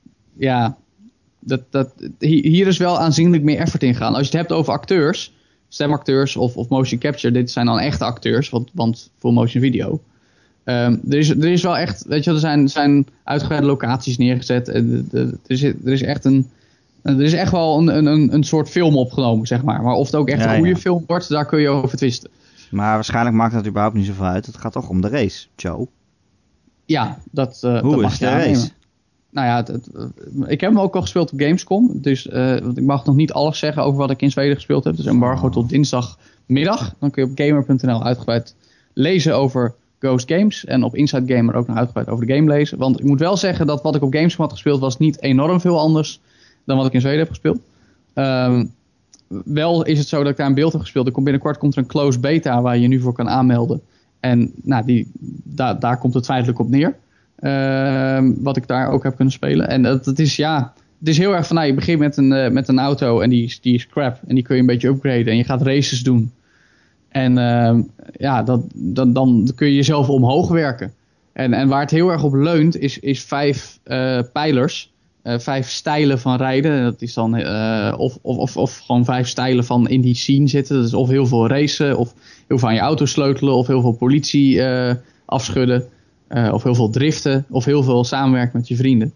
ja, dat, dat, hier is wel aanzienlijk meer effort in gegaan. Als je het hebt over acteurs, stemacteurs of, of motion capture, dit zijn dan echte acteurs, want, want full motion video. Um, er, is, er is wel echt, weet je wel, er zijn, zijn uitgebreide locaties neergezet. En de, de, er, is, er is echt een... Er is echt wel een, een, een soort film opgenomen, zeg maar. Maar of het ook echt ja, een goede ja. film wordt, daar kun je over twisten. Maar waarschijnlijk maakt dat überhaupt niet zoveel uit. Het gaat toch om de race, Joe? Ja, dat, uh, Hoe dat mag is je de aannemen. race? Nou ja, het, het, ik heb hem ook al gespeeld op Gamescom. Dus uh, ik mag nog niet alles zeggen over wat ik in Zweden gespeeld heb. Dus embargo oh. tot dinsdagmiddag. Dan kun je op gamer punt n l uitgebreid lezen over Ghost Games. En op Inside Gamer ook nog uitgebreid over de game lezen. Want ik moet wel zeggen dat wat ik op Gamescom had gespeeld was niet enorm veel anders dan wat ik in Zweden heb gespeeld. Um, wel is het zo dat ik daar een beeld heb gespeeld. Er komt binnenkort komt er een closed beta waar je je nu voor kan aanmelden. En nou, die, da, daar komt het feitelijk op neer. Uh, wat ik daar ook heb kunnen spelen. En dat, dat is ja, het is heel erg van, nou, je begint met een, uh, met een auto en die, die is crap. En die kun je een beetje upgraden en je gaat races doen. En uh, ja, dat, dat, dan kun je jezelf omhoog werken. En, en waar het heel erg op leunt is, is vijf uh, pijlers. Uh, vijf stijlen van rijden. Dat is dan uh, of, of, of, of gewoon vijf stijlen van in die scene zitten. Dus of heel veel racen, of heel veel aan je auto sleutelen, of heel veel politie uh, afschudden, uh, of heel veel driften, of heel veel samenwerken met je vrienden.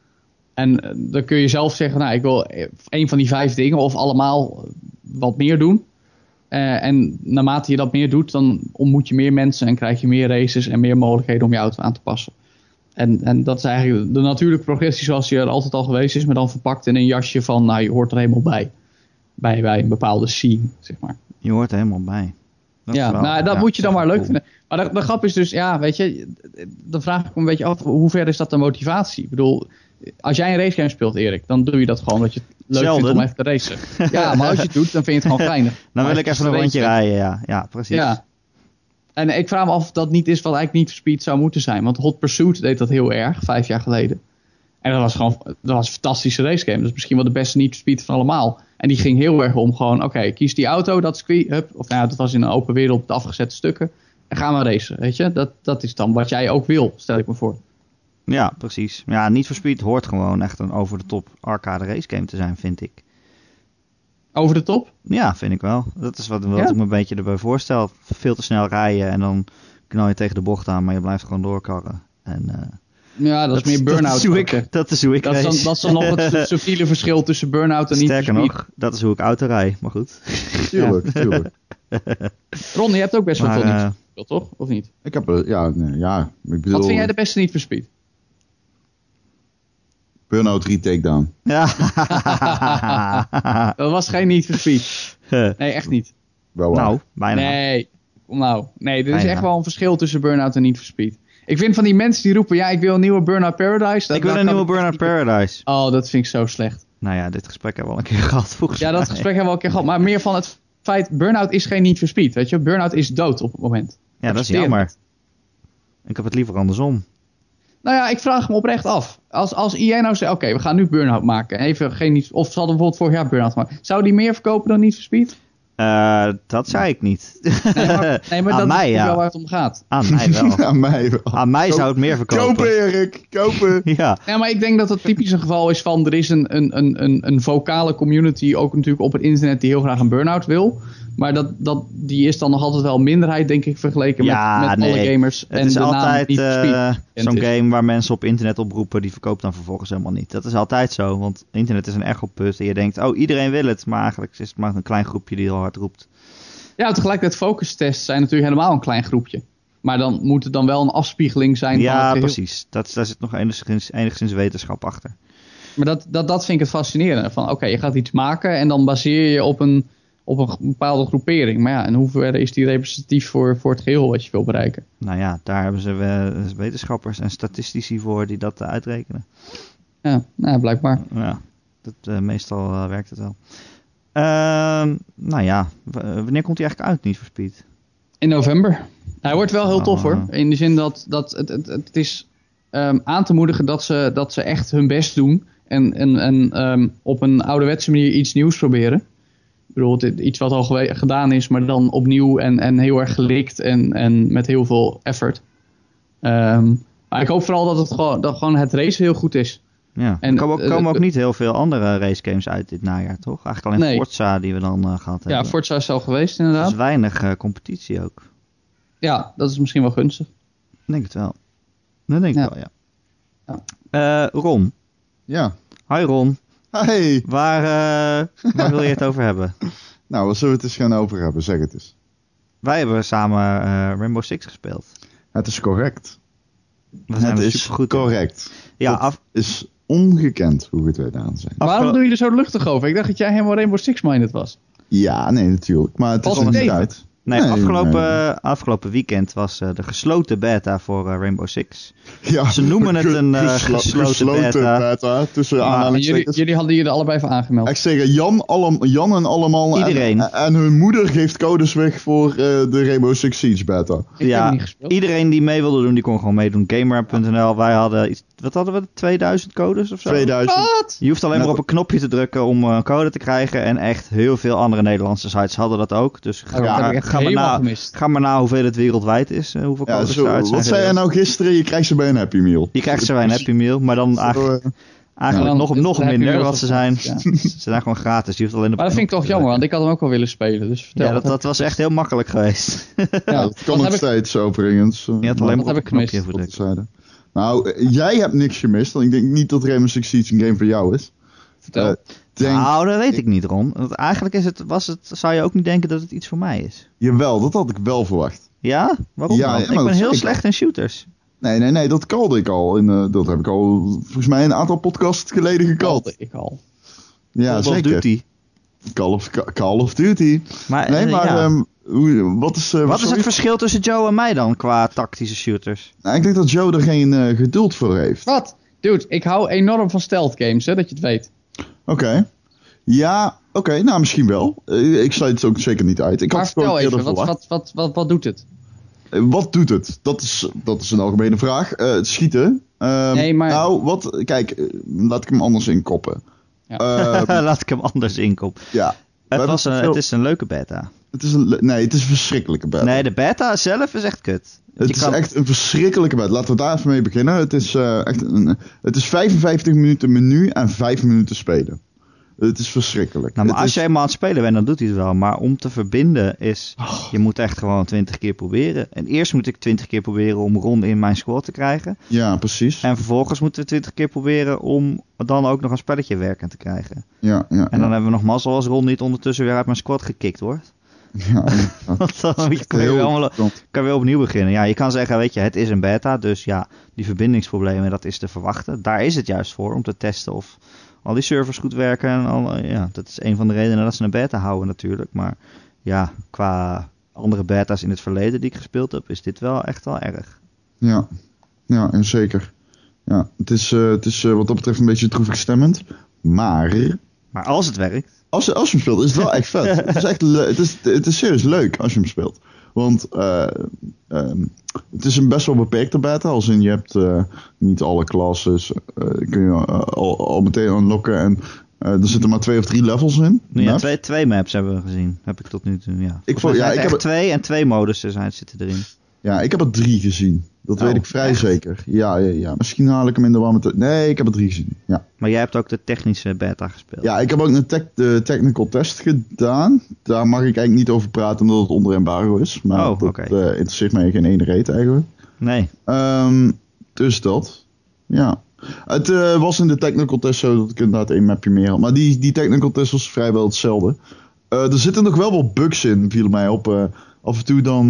En uh, dan kun je zelf zeggen, nou, ik wil een van die vijf dingen of allemaal wat meer doen. Uh, en naarmate je dat meer doet, dan ontmoet je meer mensen en krijg je meer races en meer mogelijkheden om je auto aan te passen. En, en dat is eigenlijk de natuurlijke progressie zoals die er altijd al geweest is, maar dan verpakt in een jasje van, nou, je hoort er helemaal bij. Bij, bij een bepaalde scene, zeg maar. Je hoort er helemaal bij. Dat ja, wel, nou, dat ja, moet je dan maar leuk cool. vinden. Maar de, de grap is dus, ja, weet je, dan vraag ik me een beetje af, hoe ver is dat de motivatie? Ik bedoel, als jij een racegame speelt, Erik, dan doe je dat gewoon dat je het leuk Zelden. vindt om even te racen. Ja, maar als je het doet, dan vind je het gewoon fijner. Dan maar wil ik even een rondje rijden, ja. Ja, precies. Ja. En ik vraag me af of dat niet is wat eigenlijk niet for Speed zou moeten zijn. Want Hot Pursuit deed dat heel erg, vijf jaar geleden. En dat was gewoon dat was een fantastische racegame. Dat is misschien wel de beste Need for Speed van allemaal. En die ging heel erg om gewoon, oké, okay, kies die auto, dat circuit, hup. Of nou ja, dat was in een open wereld met afgezette stukken. En gaan we racen, weet je. Dat, dat is dan wat jij ook wil, stel ik me voor. Ja, precies. Ja, Need for Speed hoort gewoon echt een over-de-top arcade race game te zijn, vind ik. Over de top? Ja, vind ik wel. Dat is wat, wat Ja? ik me een beetje erbij voorstel. Veel te snel rijden en dan knal je tegen de bocht aan, maar je blijft gewoon doorkarren. En, uh, Ja, dat, is meer burn-out. Dat is hoe ook, hè. ik, dat is hoe ik Dat is, dan, race. dat is dan nog het subtiele verschil tussen burn-out en Need for Sterker Speed. nog, dat is hoe ik auto rij, maar goed. Tuurlijk, tuurlijk. Ron, je hebt ook best wel Maar, veel Need uh, for Speed, toch? Of niet? Ik heb, uh, ja, nee, ja, ik bedoel... Wat vind jij de beste Need for Speed? Burnout drie Takedown. Ja. Dat was geen Need for Speed. Nee, echt niet. Wel waar. Nou, bijna. Nee, kom nou. Nee, er is Bijna. echt wel een verschil tussen Burnout en Need for Speed. Ik vind van die mensen die roepen, ja, ik wil een nieuwe Burnout Paradise. Dat, ik wil daar een kan nieuwe ik Burnout echt niet- Paradise. Oh, dat vind ik zo slecht. Nou ja, dit gesprek hebben we al een keer gehad, volgens Ja, mij. dat gesprek hebben we al een keer gehad. Maar meer van het feit, Burnout is geen Need for Speed, weet je. Burnout is dood op het moment. Ja, dat is Accepteer jammer. het. Ik heb het liever andersom. Nou ja, ik vraag me oprecht af. Als, als I A nou zegt, oké, we gaan nu Burnout maken. Even geen niet, of ze hadden bijvoorbeeld vorig jaar Burnout maken. Zou die meer verkopen dan Need for Speed? Uh, dat zei ik niet. Nee, maar, nee, maar Aan dat mij, is ja. wel waar het om gaat. Aan mij wel. Aan mij wel. Aan mij Koop- zou het meer verkopen. Kopen, Erik, kopen. Ja. Ja, maar ik denk dat het typisch een geval is van... er is een, een, een, een, een vocale community, ook natuurlijk op het internet... die heel graag een burn-out wil. Maar dat, dat, die is dan nog altijd wel een minderheid, denk ik... vergeleken Ja, met, met nee. alle gamers. Het en is de naam altijd Need for Speed uh, bekend zo'n is. game waar mensen op internet oproepen, die verkoopt dan vervolgens helemaal niet. Dat is altijd zo, want internet is een echoput en je denkt, oh iedereen wil het, maar eigenlijk is het maar een klein groepje die heel hard roept. Ja, tegelijkertijd focustests zijn natuurlijk helemaal een klein groepje. Maar dan moet het dan wel een afspiegeling zijn van het Ja, geheel. precies. Dat, daar zit nog enigszins, enigszins wetenschap achter. Maar dat, dat, dat vind ik het fascinerende. Van oké, je gaat iets maken en dan baseer je op een, op een bepaalde groepering. Maar ja, in hoeverre is die representatief voor, voor het geheel wat je wil bereiken? Nou ja, daar hebben ze uh, wetenschappers en statistici voor die dat uh, uitrekenen. Ja, nou, blijkbaar. Ja, dat, uh, meestal uh, werkt het wel. Uh, nou ja, w- wanneer komt hij eigenlijk uit, Need for Speed? In november. Hij wordt wel heel tof Oh. hoor. In de zin dat, dat het, het, het is um, aan te moedigen dat ze, dat ze echt hun best doen. En, en, en um, op een ouderwetse manier iets nieuws proberen. Ik bedoel, het, iets wat al gewe- gedaan is, maar dan opnieuw en, en heel erg gelikt en, en met heel veel effort. Um, maar ik hoop vooral dat het gewoon, dat gewoon het race heel goed is. Ja, En, er komen, ook, uh, komen ook uh, niet heel veel andere racegames uit dit najaar, toch? Eigenlijk alleen Nee. Forza die we dan uh, gehad hebben. Ja, Forza is al geweest Er inderdaad. is weinig uh, competitie ook. Ja, dat is misschien wel gunstig. Ik denk het wel. Dat denk ik Ja. wel, ja. Uh, Ron. Ja. Hi Ron. Hey. Waar, uh, waar wil je het over hebben? Nou, wat zullen we het eens gaan over hebben? Zeg het eens. Wij hebben samen uh, Rainbow Six gespeeld. Het is correct. We zijn het er is supergoed in. correct. Ja, Dat af, is ongekend hoe goed wij aan zijn. Afgelo- Waarom doe je er zo luchtig over? Ik dacht dat jij helemaal Rainbow Six-minded was. Ja, nee, natuurlijk. Maar het is Valt er het niet tegen? uit. nee, Nee, afgelopen, nee. afgelopen weekend was uh, de gesloten beta voor uh, Rainbow Six. Ja, Ze noemen het een, uh, geslo- gesloten beta. tussen Maar Jullie, aanhalingstekens. jullie hadden je er allebei voor aangemeld. Ik zeg, Jan, allem, Jan en allemaal. Iedereen. En, en hun moeder geeft codes weg voor uh, de Rainbow Six Siege beta. Ik heb Ja, hem niet gespeeld. iedereen die mee wilde doen, die kon gewoon meedoen. Gamer punt n l, wij hadden iets, wat hadden we, tweeduizend codes of zo? tweeduizend. Wat? Je hoeft alleen Net- maar op een knopje te drukken om uh, een code te krijgen. En echt heel veel andere Nederlandse sites hadden dat ook. Dus ga, Oh, dat ga- heb ik echt ga, maar, helemaal na, gemist. ga maar na hoeveel het wereldwijd is. Uh, hoeveel Ja, codes zo, eruit zijn. wat zei je nou gisteren? Je krijgt ze bij een Happy Meal. Je krijgt ze bij een Happy Meal, maar dan Zo, eigenlijk, uh, eigenlijk Ja, nog, dan- nog dan Happy minder. Meal Want is ze dat- zijn, ja. ze zijn gewoon gratis. Je hoeft alleen op Maar dat vind ik toch jammer, want ik had hem ook wel willen spelen. Dus vertel. Ja, dat, wat dat was echt heel makkelijk geweest. heb- ja, ja, dat kan wat nog heb ik- steeds overigens. uh, Je had alleen Wat maar op heb een ik knopje gemist? voor tot drukken. de zijde. Nou, uh, jij hebt niks gemist. Want ik denk niet dat Rainbow Six Siege een game voor jou is. Vertel. Uh, denk, Nou, dat weet ik niet, Ron. Want eigenlijk is het, was het, zou je ook niet denken dat het iets voor mij is. Jawel, dat had ik wel verwacht. Ja? Waarom Ja, dan? ja, Ik maar ben dat heel zei ik slecht in shooters. Nee, nee, nee, dat kalde ik al. In, uh, dat heb ik al volgens mij een aantal podcasts geleden gekald. Ik al. Ja, Call of zeker. Duty. Call of, Call of Duty. Maar, Nee, eh, maar ja. um, hoe, wat is... uh, Wat is sorry? het verschil tussen Joe en mij dan qua tactische shooters? Nou, ik denk dat Joe er geen uh, geduld voor heeft. Wat? Dude, ik hou enorm van stealth games, hè, dat je het weet. Oké. Okay. Ja, oké, okay, nou misschien wel. Uh, ik sluit het ook zeker niet uit. Ik Maar had het gewoon vertel eerder even, wat, verwacht. wat, wat, wat, wat doet het? Uh, wat doet het? Dat is, dat is een algemene vraag. Uh, het schieten. Uh, Nee, maar- Nou, wat... Kijk, uh, laat ik hem anders inkoppen. Ja. Uh, Laat ik hem anders inkomen. ja. Het, was een, veel... het is een leuke beta. Het is een, nee, het is een verschrikkelijke beta. Nee, de beta zelf is echt kut. Het Je is kan... echt een verschrikkelijke beta. Laten we daar even mee beginnen. Het is, uh, echt een, het is vijfenvijftig minuten menu en vijf minuten spelen. Het is verschrikkelijk. Nou, maar het als is... je eenmaal aan het spelen bent, dan doet hij het wel. Maar om te verbinden is... Oh. Je moet echt gewoon twintig keer proberen. En eerst moet ik twintig keer proberen om Ron in mijn squad te krijgen. Ja, precies. En vervolgens moeten we twintig keer proberen om dan ook nog een spelletje werkend te krijgen. Ja, ja, en dan ja. hebben we nog mazzel als Ron niet ondertussen weer uit mijn squad gekikt wordt. Ja, Want dan kan je, weer allemaal, kan je weer opnieuw beginnen. Ja, je kan zeggen, weet je, het is een beta. Dus ja, die verbindingsproblemen, dat is te verwachten. Daar is het juist voor, om te testen of al die servers goed werken. En al, ja, dat is een van de redenen dat ze een beta houden natuurlijk. Maar ja, qua andere beta's in het verleden die ik gespeeld heb, is dit wel echt wel erg. Ja, ja, en zeker. Ja, het is, uh, het is uh, wat dat betreft een beetje droevig stemmend. Maar... Maar als het werkt... Als je, als je hem speelt, is het wel echt vet. Het is echt le- het, is, het is serieus leuk als je hem speelt. Want uh, um, het is een best wel beperkte beta. Als in je hebt uh, niet alle classes. Uh, kun je uh, al, al meteen unlocken. En uh, er zitten maar twee of drie levels in. Ja, twee, twee maps hebben we gezien. Heb ik tot nu toe, ja. Ik vond, ja, ik heb er twee en twee modussen zijn, zitten erin. Ja, ik heb er drie gezien. Dat oh, weet ik vrij echt? zeker. Ja, ja, ja, misschien haal ik hem in de war met de... Nee, ik heb er drie gezien. Ja. Maar jij hebt ook de technische beta gespeeld. Ja, ik heb ook een te- de technical test gedaan. Daar mag ik eigenlijk niet over praten omdat het onder embargo is. Maar oh, dat okay. uh, interesseert mij geen ene reet eigenlijk. Nee. Um, dus dat. Ja. Het uh, was in de technical test zo dat ik inderdaad één mapje meer had. Maar die, die technical test was vrijwel hetzelfde. Uh, er zitten nog wel wat bugs in, viel mij op. Uh, af en toe dan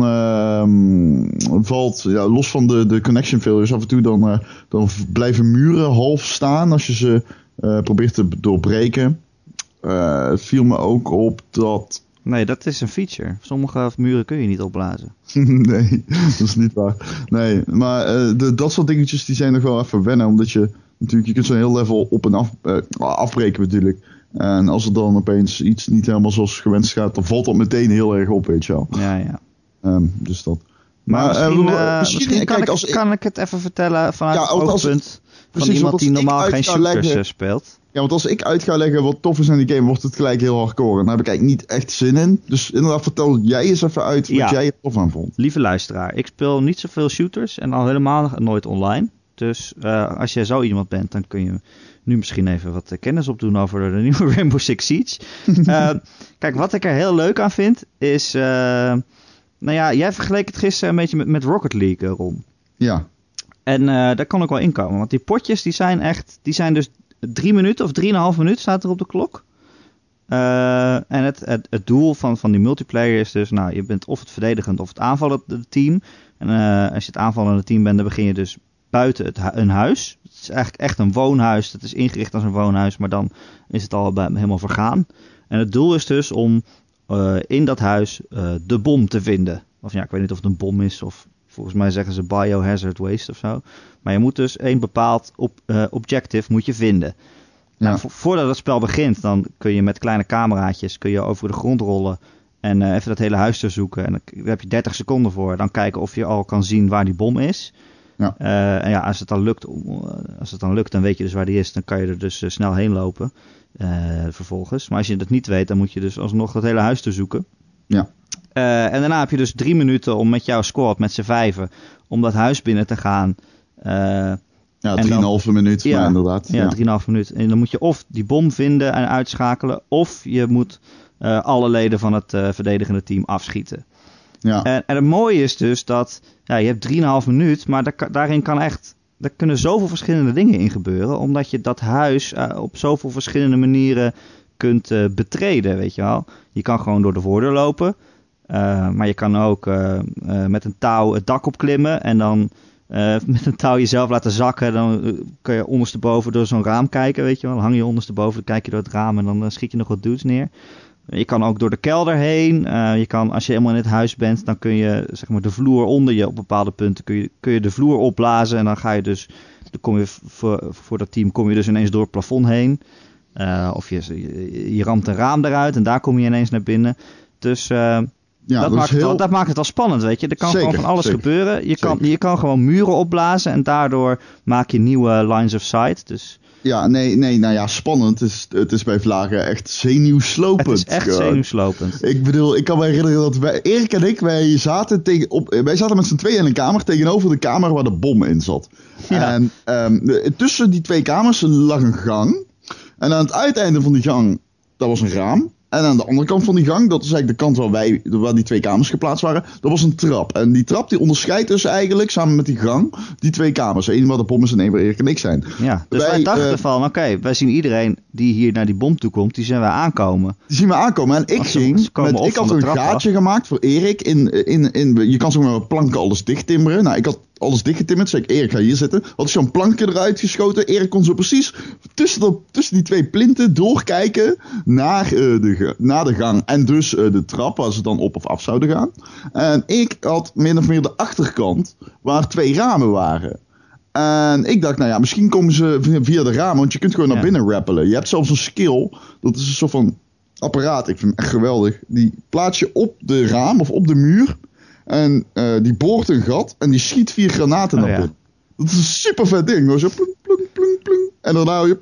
uh, valt, ja, los van de, de connection failures, af en toe dan, uh, dan blijven muren half staan als je ze uh, probeert te doorbreken. Uh, het viel me ook op dat... Nee, dat is een feature. Sommige muren kun je niet opblazen. Nee, dat is niet waar. Nee, maar uh, de, dat soort dingetjes die zijn nog wel even wennen. Omdat je natuurlijk, je kunt zo'n heel level op en af, uh, afbreken natuurlijk. En als er dan opeens iets niet helemaal zoals gewenst gaat, dan valt dat meteen heel erg op, weet je wel. Ja, ja. Um, dus dat. Maar, maar misschien, uh, uh, misschien, misschien kan, kijk, ik, als kan ik het even vertellen vanuit ja, het oogpunt van precies, iemand die normaal geen shooters leggen, speelt. Ja, want als ik uit ga leggen wat tof is aan die game, wordt het gelijk heel hardcore. En daar heb ik eigenlijk niet echt zin in. Dus inderdaad, vertel jij eens even uit wat ja. jij er tof aan vond. Lieve luisteraar, ik speel niet zoveel shooters en al helemaal nooit online. Dus uh, als jij zo iemand bent, dan kun je nu misschien even wat kennis opdoen over de nieuwe Rainbow Six Siege. uh, kijk, wat ik er heel leuk aan vind, is... Uh, nou ja, jij vergeleek het gisteren een beetje met, met Rocket League, Ron. Ja. En uh, daar kan ik wel inkomen, want die potjes die zijn echt... Die zijn dus drie minuten of drieënhalf minuut staat er op de klok. Uh, en het, het, het doel van, van die multiplayer is dus... Nou, je bent of het verdedigend of het aanvallende team. En uh, als je het aanvallende team bent, dan begin je dus buiten het hu- een huis. Het is eigenlijk echt een woonhuis. Het is ingericht als een woonhuis, maar dan is het al bij, helemaal vergaan. En het doel is dus om uh, in dat huis uh, de bom te vinden. Of ja, ik weet niet of het een bom is of... Volgens mij zeggen ze biohazard waste of zo. Maar je moet dus een bepaald op, uh, objective moet je vinden. Ja. Nou, vo- voordat het spel begint, dan kun je met kleine cameraatjes kun je over de grond rollen. En uh, even dat hele huis doorzoeken. En dan heb je dertig seconden voor. Dan kijken of je al kan zien waar die bom is. Ja. Uh, en ja, als het dan lukt, als het dan lukt, dan weet je dus waar die is. Dan kan je er dus uh, snel heen lopen. Uh, vervolgens. Maar als je dat niet weet, dan moet je dus alsnog dat hele huis doorzoeken. Ja. Uh, en daarna heb je dus drie minuten om met jouw squad, met z'n vijven, om dat huis binnen te gaan. Uh, ja, drieënhalve minuut, ja, maar inderdaad. Ja, drieënhalve minuut. En dan moet je of die bom vinden en uitschakelen, of je moet uh, alle leden van het uh, verdedigende team afschieten. Ja. En, en het mooie is dus dat, ja, je hebt drieënhalve minuut, maar daar, daarin kan echt, daar kunnen zoveel verschillende dingen in gebeuren, omdat je dat huis uh, op zoveel verschillende manieren kunt uh, betreden, weet je wel. Je kan gewoon door de voordeur lopen. Uh, maar je kan ook uh, uh, met een touw het dak opklimmen en dan uh, met een touw jezelf laten zakken. Dan uh, kun je ondersteboven door zo'n raam kijken, weet je wel. Dan hang je ondersteboven, dan kijk je door het raam en dan uh, schiet je nog wat dudes neer. Je kan ook door de kelder heen. Uh, je kan, als je helemaal in het huis bent, dan kun je zeg maar de vloer onder je op bepaalde punten kun je, kun je de vloer opblazen en dan ga je dus, dan kom je voor, voor dat team kom je dus ineens door het plafond heen. Uh, of je, je, je ramt een raam eruit en daar kom je ineens naar binnen. Dus uh, Ja, dat, dat, maakt is heel... het wel, dat maakt het wel spannend, weet je. Er kan Zeker, gewoon van alles zeker, gebeuren. Je kan, zeker. je kan gewoon muren opblazen en daardoor maak je nieuwe lines of sight. Dus Ja, nee, nee, nou ja, spannend. Het is, het is bij Vlagen echt zenuwslopend. het is echt gewoon. zenuwslopend. Ik bedoel, ik kan me herinneren dat wij, Erik en ik, wij zaten, tegen, op, wij zaten met z'n tweeën in een kamer tegenover de kamer waar de bom in zat. Ja. En um, de, tussen die twee kamers lag een gang. En aan het uiteinde van die gang, dat was een raam. En aan de andere kant van die gang, dat is eigenlijk de kant waar, wij, waar die twee kamers geplaatst waren, dat was een trap. En die trap die onderscheidt dus eigenlijk, samen met die gang, die twee kamers. Eén waar de bom is en één waar Erik en ik zijn. Ja, dus wij, wij dachten uh, van, oké, okay, wij zien iedereen die hier naar die bom toe komt, die zien wij aankomen. Die zien we aankomen. En ik ze, ging, ze met, ik had een gaatje af. gemaakt voor Erik. In, in, in, je kan zo met planken alles dichttimmeren. Nou, ik had alles dichtgetimmerd. Zei ik, Erik, ga hier zitten. Had ik zo'n plankje eruit geschoten. Erik kon zo precies tussen, de, tussen die twee plinten doorkijken naar, uh, de, naar de gang. En dus uh, de trap waar ze dan op of af zouden gaan. En ik had min of meer de achterkant waar twee ramen waren. En ik dacht, nou ja, misschien komen ze via de ramen, want je kunt gewoon naar ja. binnen rappelen. Je hebt zelfs een skill, dat is een soort van apparaat, ik vind het echt geweldig. Die plaats je op de raam of op de muur en uh, die boort een gat en die schiet vier granaten naar oh, binnen. Ja. Dat is een super vet ding, hoor. Zo plunk, plunk, plunk, plunk. En dan hou je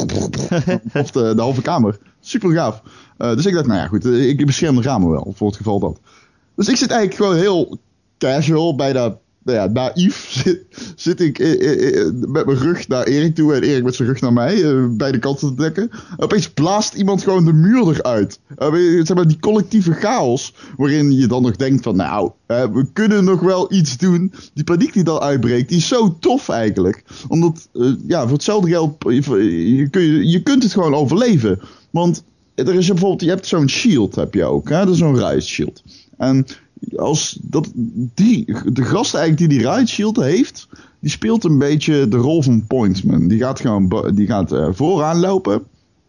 of de, de halve kamer. Super gaaf. Uh, dus ik dacht, nou ja, goed, ik bescherm de ramen wel, voor het geval dat. Dus ik zit eigenlijk gewoon heel casual, bijna... Nou ja, naïef zit, zit ik eh, eh, met mijn rug naar Erik toe en Erik met zijn rug naar mij, uh, beide kanten te dekken. En opeens blaast iemand gewoon de muur eruit. Uh, zeg maar, die collectieve chaos, waarin je dan nog denkt van, nou, uh, we kunnen nog wel iets doen. Die paniek die dan uitbreekt, die is zo tof eigenlijk. Omdat, uh, ja, voor hetzelfde geld, je, je, kun je, je kunt het gewoon overleven. Want er is bijvoorbeeld, je hebt zo'n shield, heb je ook, hè? Dat is zo'n riot shield. En als dat, die, de gast eigenlijk die die riot shield heeft, die speelt een beetje de rol van pointsman. Die gaat gewoon die gaat, uh, vooraan lopen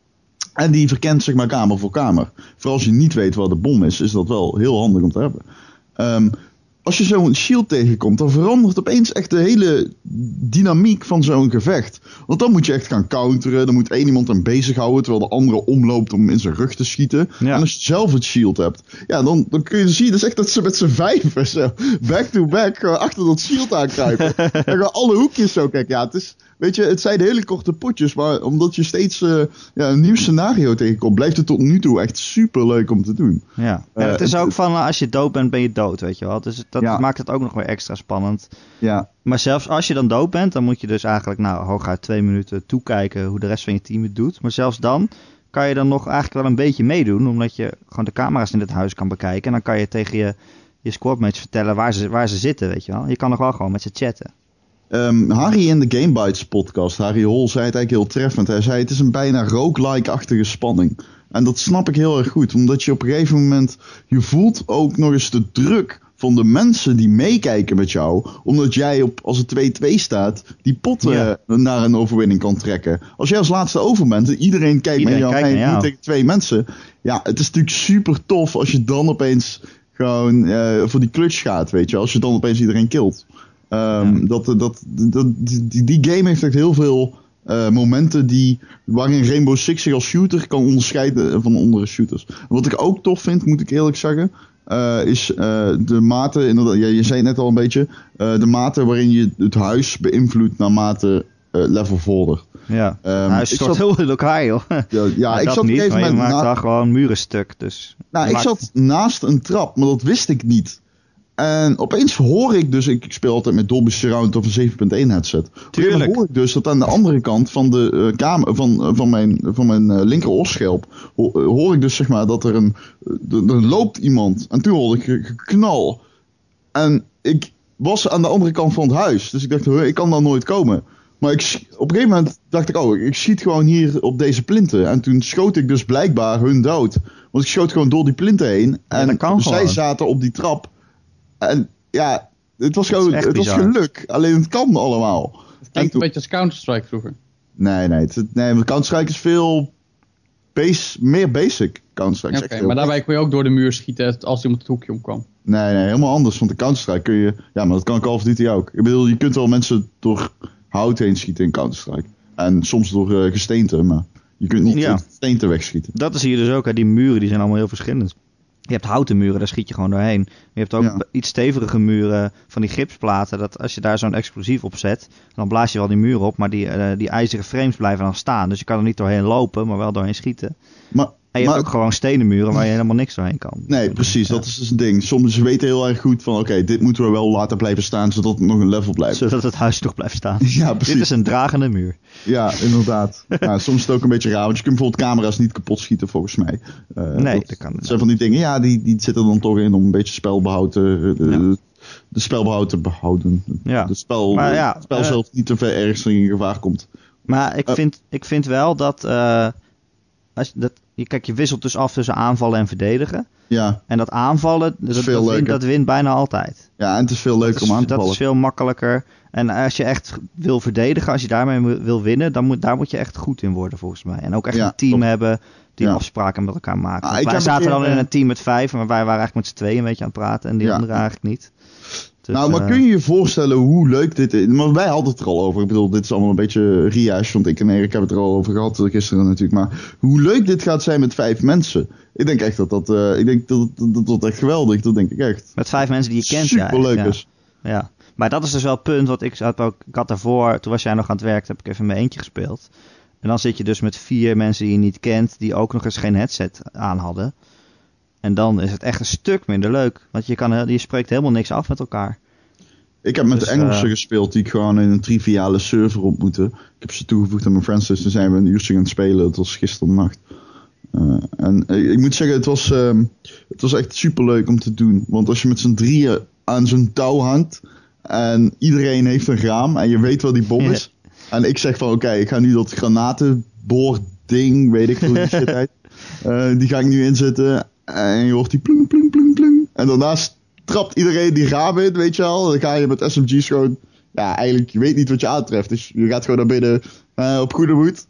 en die verkent zeg maar kamer voor kamer. Vooral als je niet weet waar de bom is, is dat wel heel handig om te hebben. Um, als je zo'n shield tegenkomt, dan verandert opeens echt de hele dynamiek van zo'n gevecht. Want dan moet je echt gaan counteren. Dan moet één iemand hem bezighouden, terwijl de andere omloopt om in zijn rug te schieten. Ja. En als je zelf het shield hebt, ja, dan, dan kun je zien, dat is echt dat ze met z'n vijven zo back to back uh, achter dat shield aankruipen. En gaan alle hoekjes zo kijken. Ja, het is, weet je, het zijn hele korte potjes, maar omdat je steeds uh, ja, een nieuw scenario tegenkomt, blijft het tot nu toe echt super leuk om te doen. Ja, en het uh, is het, ook van, uh, als je dood bent, ben je dood, weet je wel. Dus dat ja. maakt het ook nog weer extra spannend. Ja. Maar zelfs als je dan dood bent, dan moet je dus eigenlijk, nou, hooguit twee minuten toekijken hoe de rest van je team het doet. Maar zelfs dan kan je dan nog eigenlijk wel een beetje meedoen, omdat je gewoon de camera's in het huis kan bekijken. En dan kan je tegen je, je squadmates vertellen waar ze, waar ze zitten, weet je wel. Je kan nog wel gewoon met ze chatten. Um, Harry in de Game Bites podcast, Harry Hol, zei het eigenlijk heel treffend. Hij zei, het is een bijna roguelike-achtige spanning. En dat snap ik heel erg goed, omdat je op een gegeven moment, je voelt ook nog eens de druk van de mensen die meekijken met jou, omdat jij op, als het twee-twee staat, die pot ja. uh, naar een overwinning kan trekken. Als jij als laatste over bent en iedereen kijkt iedereen met jou, kijkt mee, jou. tegen twee mensen. Ja, het is natuurlijk super tof als je dan opeens gewoon uh, voor die clutch gaat, weet je. Als je dan opeens iedereen killt. Um, ja. dat, dat, dat, die, die game heeft echt heel veel uh, momenten die, waarin Rainbow Six zich als shooter kan onderscheiden van andere shooters. En wat ik ook tof vind, moet ik eerlijk zeggen, Uh, is uh, de mate, inderdaad, ja, je zei het net al een beetje, uh, de mate waarin je het huis beïnvloedt naarmate uh, level vordert. Ja, um, het huis stort heel in elkaar, joh. Ja, ja, ja ik dat zat op niet, een gegeven moment... je maakt na... daar gewoon muren stuk, dus... Nou, ik maakt... zat naast een trap, maar dat wist ik niet. En opeens hoor ik dus, ik, ik speel altijd met Dolby Surround of een zeven punt één headset. Tuurlijk. Dan hoor ik dus dat aan de andere kant van de uh, kamer, van, uh, van mijn, van mijn uh, linker oorschelp, ho- uh, hoor ik dus zeg maar dat er een, uh, er loopt iemand. En toen hoorde ik geknal. En ik was aan de andere kant van het huis, dus ik dacht, uh, ik kan daar nooit komen. Maar ik, op een gegeven moment dacht ik, oh, ik schiet gewoon hier op deze plinten. En toen schoot ik dus blijkbaar hun dood. Want ik schoot gewoon door die plinten heen. En ja, zij gewoon. zaten op die trap. En ja, het was gewoon, het was bizar. geluk. Alleen het kan allemaal. Het klinkt toen... een beetje als Counter-Strike vroeger. Nee, nee. Het, nee, Counter-Strike is veel base, meer basic. Counter-Strike Oké, okay, maar daarbij kon je ook door de muur schieten als iemand het hoekje omkwam. Nee, nee, helemaal anders. Want de Counter-Strike kun je... Ja, maar dat kan Call of Duty ook. Ik bedoel, je kunt wel mensen door hout heen schieten in Counter-Strike. En soms door uh, gesteente, maar je kunt niet ja. gesteente wegschieten. Dat is hier dus ook, hè. Die muren die zijn allemaal heel verschillend. Je hebt houten muren, daar schiet je gewoon doorheen. Je hebt ook Ja. iets stevige muren van die gipsplaten. Dat als je daar zo'n explosief op zet, dan blaas je wel die muren op. Maar die, uh, die ijzeren frames blijven dan staan. Dus je kan er niet doorheen lopen, maar wel doorheen schieten. Maar, En je maar, hebt ook gewoon stenen muren waar je helemaal niks doorheen kan. Nee, precies. Ja. Dat is dus een ding. Soms weten heel erg goed van, oké, okay, dit moeten we wel laten blijven staan, zodat het nog een level blijft. Zodat het huis nog blijft staan. Ja, precies. Dit is een dragende muur. Ja, inderdaad. Ja, soms is het ook een beetje raar, want je kunt bijvoorbeeld camera's niet kapot schieten, volgens mij. Uh, Nee, dat, dat kan dat zijn van die dingen, ja, die, die zitten dan toch in om een beetje spelbehoud te, de, Ja. de spelbehoud te behouden. Ja. De spel, Maar ja, het spel uh, zelf niet te ver ergens in gevaar komt. Maar ik, Uh. vind, ik vind wel dat, uh, als, dat... Je, kijk, je wisselt dus af tussen aanvallen en verdedigen. Ja, En dat aanvallen, dat, veel dat, wint, leuker. dat wint bijna altijd. ja, en het is veel leuker Dat is, om aan te dat vallen. is veel makkelijker. En als je echt wil verdedigen, als je daarmee mo- wil winnen, dan moet, daar moet je echt goed in worden volgens mij. En ook echt Ja, een team klopt. hebben die Ja. afspraken met elkaar maken. Ah, Want ik wij heb een zaten keer, dan in eh, een team met vijf, maar wij waren eigenlijk met z'n tweeën een beetje aan het praten. En die Ja. anderen eigenlijk niet. Dus, nou, maar uh, kun je je voorstellen hoe leuk dit is? Maar wij hadden het er al over. Ik bedoel, dit is allemaal een beetje rehash, want ik en Erik hebben het er al over gehad gisteren natuurlijk. Maar hoe leuk dit gaat zijn met vijf mensen. Ik denk echt dat dat, uh, ik denk dat, dat, dat, dat echt geweldig. Dat denk ik echt. met vijf mensen die je kent. ja, Superleuk ja. is. Ja, maar dat is dus wel het punt. Want ik had, ook, ik had daarvoor, toen was jij nog aan het werk, heb ik even in mijn eentje gespeeld. En dan zit je dus met vier mensen die je niet kent, die ook nog eens geen headset aan hadden. En dan is het echt een stuk minder leuk. Want je, kan, je spreekt helemaal niks af met elkaar. Ik heb met Dus, de Engelsen uh, gespeeld die ik gewoon in een triviale server ontmoette. Ik heb ze toegevoegd aan mijn friends, dus toen zijn we een uurtje gaan spelen. Dat was gisternacht. Uh, en uh, ik moet zeggen, het was, uh, het was echt superleuk om te doen. Want als je met z'n drieën aan zo'n touw hangt en iedereen heeft een raam en je weet waar die bom is. En ik zeg van oké, okay, ik ga nu dat granatenboording, weet ik veel hoe die shit heet. Uh, die ga ik nu inzetten. En je hoort die plung, plung, plung, plung. En daarnaast trapt iedereen die raam in, weet je wel. Dan ga je met S M G's gewoon... Ja, eigenlijk, je weet niet wat je aantreft. Dus je gaat gewoon naar binnen uh, op goede moed.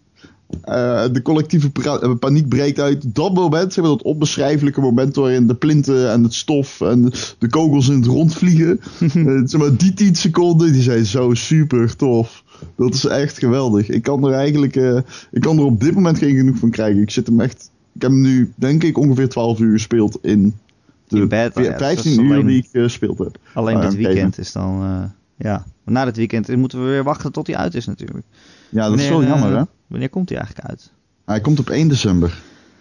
Uh, de collectieve pra- paniek breekt uit. Dat moment, zeg maar, dat onbeschrijfelijke moment waarin de plinten en het stof en de kogels in het rond vliegen. uh, zeg maar, die tien seconden, die zijn zo super tof. Dat is echt geweldig. Ik kan er eigenlijk, uh, ik kan er op dit moment geen genoeg van krijgen. Ik zit hem echt, ik heb hem nu, denk ik, ongeveer twaalf uur gespeeld in de In bed, ja, vijftien dat is uur alleen- die ik gespeeld heb. Alleen Ah, dit oké, weekend is dan... Uh, ja, maar na dit weekend moeten we weer wachten tot hij uit is natuurlijk. Ja, dat is Wanneer, wel jammer, uh, hè? Wanneer komt hij eigenlijk uit? Hij komt op één december.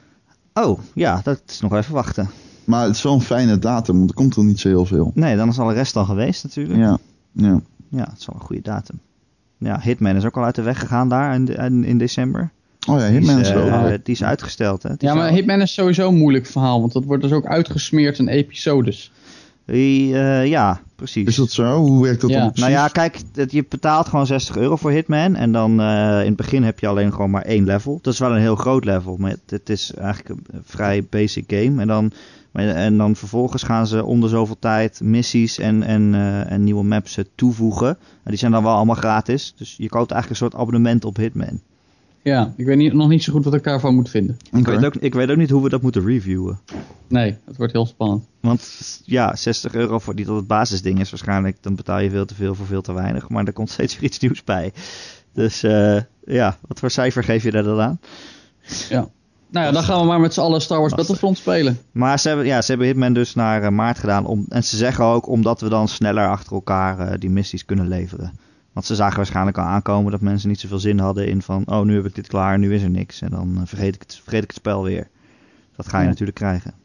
Oh, ja, dat is nog even wachten. Maar het is wel een fijne datum, want er komt er niet zo heel veel. Nee, dan is alle rest al geweest natuurlijk. Ja, ja. Ja, het is wel een goede datum. Ja, Hitman is ook al uit de weg gegaan daar in, de, in, in december. Oh ja, Hitman die is is, wel. uh, Uh, die is uitgesteld, hè? Die Ja, maar zou- Hitman is sowieso een moeilijk verhaal, want dat wordt dus ook uitgesmeerd in episodes. Die, uh, ja, precies. is dat zo? Hoe werkt dat Ja. dan precies? Nou ja, kijk, het- je betaalt gewoon zestig euro voor Hitman. En dan uh, in het begin heb je alleen gewoon maar één level. Dat is wel een heel groot level, maar het, het is eigenlijk een vrij basic game. En dan, en dan vervolgens gaan ze om de zoveel tijd missies en, en, uh, en nieuwe maps uh, toevoegen. En die zijn dan wel allemaal gratis. Dus je koopt eigenlijk een soort abonnement op Hitman. Ja, ik weet niet, nog niet zo goed wat ik daarvan moet vinden. Oké. Ik, weet ook, ik weet ook niet hoe we dat moeten reviewen. Nee, het wordt heel spannend. Want ja, zestig euro voor die dat het basisding is waarschijnlijk. Dan betaal je veel te veel voor veel te weinig. Maar er komt steeds weer iets nieuws bij. Dus uh, ja, wat voor cijfer geef je daar dan aan? Ja. Nou ja, dan gaan we maar met z'n allen Star Wars Lastig. Battlefront spelen. Maar ze hebben, ja, ze hebben Hitman dus naar uh, maart gedaan. Om, en ze zeggen ook omdat we dan sneller achter elkaar uh, die missies kunnen leveren. Want ze zagen waarschijnlijk al aankomen dat mensen niet zoveel zin hadden in van... Oh, nu heb ik dit klaar, nu is er niks. En dan uh, vergeet, ik het, vergeet ik het spel weer. Dat ga je Ja. natuurlijk krijgen.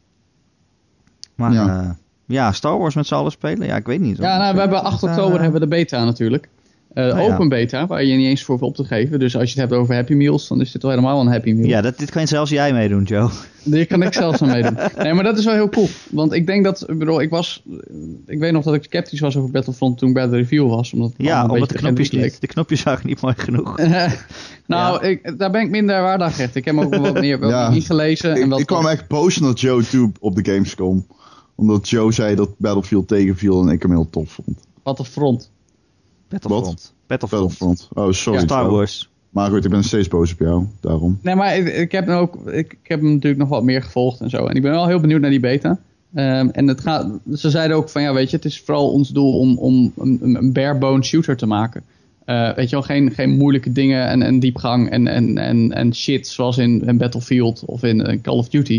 Maar ja. Ja. Uh, ja, Star Wars met z'n allen spelen? Ja, ik weet niet. Ja, nou, we hebben acht Uh, oktober hebben we de beta natuurlijk. Uh, Oh, ja. open beta, waar je niet eens voor hoeft op te geven. Dus als je het hebt over Happy Meals, dan is dit wel helemaal een Happy Meal. Ja, dat, dit kan zelfs jij meedoen, Joe. Hier kan ik zelfs aan meedoen. Nee, maar dat is wel heel cool. Want ik denk dat, ik bedoel, ik was, ik weet nog dat ik sceptisch was over Battlefront toen bij de review was. Omdat het Ja, allemaal een omdat de beetje knopjes, generiek niet, de knopjes waren niet mooi genoeg. leek. Nou, ik, daar ben ik minder waardig aan gehecht. Ik heb me ook wel wat meer wel Ja. ingelezen. En Ik, wat ik kwam echt boos naar Joe toe op de Gamescom. Omdat Joe zei dat Battlefield tegenviel en ik hem heel tof vond. Wat de front. Battlefront. Battlefront. Battlefront. Oh, sorry. Star Joe. Wars. Maar goed, ik ben steeds boos op jou, daarom. Nee, maar ik, ik heb hem ook, ik, ik heb hem natuurlijk nog wat meer gevolgd en zo. En ik ben wel heel benieuwd naar die beta. Um, en het gaat, ze zeiden ook van, ja, weet je, het is vooral ons doel om, om een, een bare-bone shooter te maken. Uh, weet je wel, geen, geen moeilijke dingen en, en diepgang en, en, en, en shit zoals in, in Battlefield of in, in Call of Duty.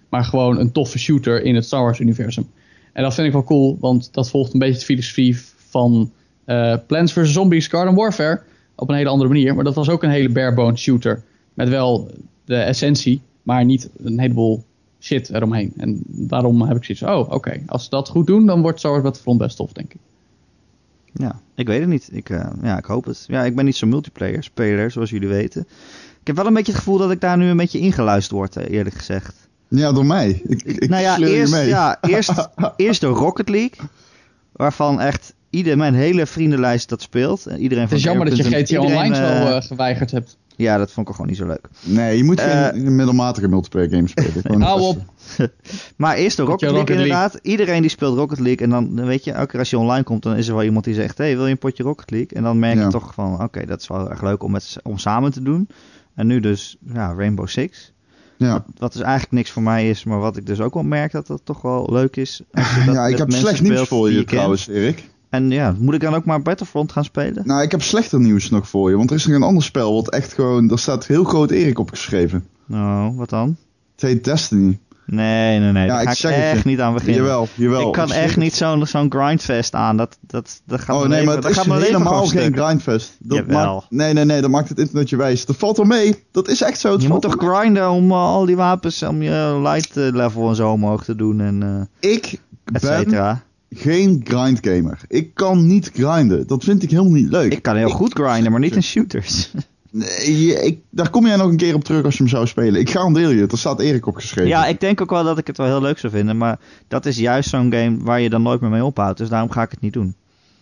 maar gewoon een toffe shooter in het Star Wars universum. En dat vind ik wel cool, want dat volgt een beetje de filosofie van uh, Plants versus. Zombies Garden Warfare op een hele andere manier. Maar dat was ook een hele bare-bones shooter met wel de essentie, maar niet een heleboel shit eromheen. En daarom heb ik zoiets van, oh oké, okay. Als ze dat goed doen, dan wordt Star Wars Battlefront best tof, denk ik. Ja, ik weet het niet. Ik, uh, ja, ik hoop het. Ja, ik ben niet zo'n multiplayer speler, zoals jullie weten. Ik heb wel een beetje het gevoel dat ik daar nu een beetje ingeluisterd word, eerlijk gezegd. Ja, door mij. Ik, ik nou ja, eerst, je mee. ja eerst, eerst de Rocket League, waarvan echt ieder, mijn hele vriendenlijst dat speelt. Iedereen het is van jammer dat je G T A Online zo uh, geweigerd hebt. Ja, dat vond ik gewoon niet zo leuk. Nee, je moet uh, geen middelmatige multiplayer games spelen. Hou op. Maar eerst de Rocket League Rocket inderdaad. League. Iedereen die speelt Rocket League. En dan weet je, elke keer als je online komt, dan is er wel iemand die zegt, hey, wil je een potje Rocket League? En dan merk je ja. toch van, oké, okay, dat is wel heel erg leuk om, met, om samen te doen. En nu dus ja, Rainbow Six. Ja. Wat, wat dus eigenlijk niks voor mij is, maar wat ik dus ook wel merk dat dat toch wel leuk is. Als je dat ja, ik heb slecht nieuws voor je trouwens, Erik. En ja, moet ik dan ook maar Battlefront gaan spelen? Nou, ik heb slechter nieuws nog voor je. Want er is nog een ander spel wat echt gewoon... Daar staat heel groot Erik opgeschreven. Nou, wat dan? Het heet Destiny. Nee, nee, nee. Ja, daar ik ga zeg ik echt het je. niet aan beginnen. Jawel, jawel. Ik kan echt niet zo'n zo'n grindfest aan. Dat, dat, dat gaat oh mijn nee, leven, maar het dat is gaat mijn helemaal leven geen grindfest. Dat Jawel. maakt, nee, nee, nee. Dat maakt het internet je wijs. Dat valt wel mee. Dat is echt zo. Het je moet toch mee. grinden om uh, al die wapens, om je light level en zo omhoog te doen. En, uh, ik et ben geen grindgamer. Ik kan niet grinden. Dat vind ik helemaal niet leuk. Ik kan heel ik, goed grinden, maar niet in shooters. Nee, ik, daar kom jij nog een keer op terug als je hem zou spelen. Ik garandeer je, er staat Erik opgeschreven. Ja, ik denk ook wel dat ik het wel heel leuk zou vinden. Maar dat is juist zo'n game waar je dan nooit meer mee ophoudt. Dus daarom ga ik het niet doen.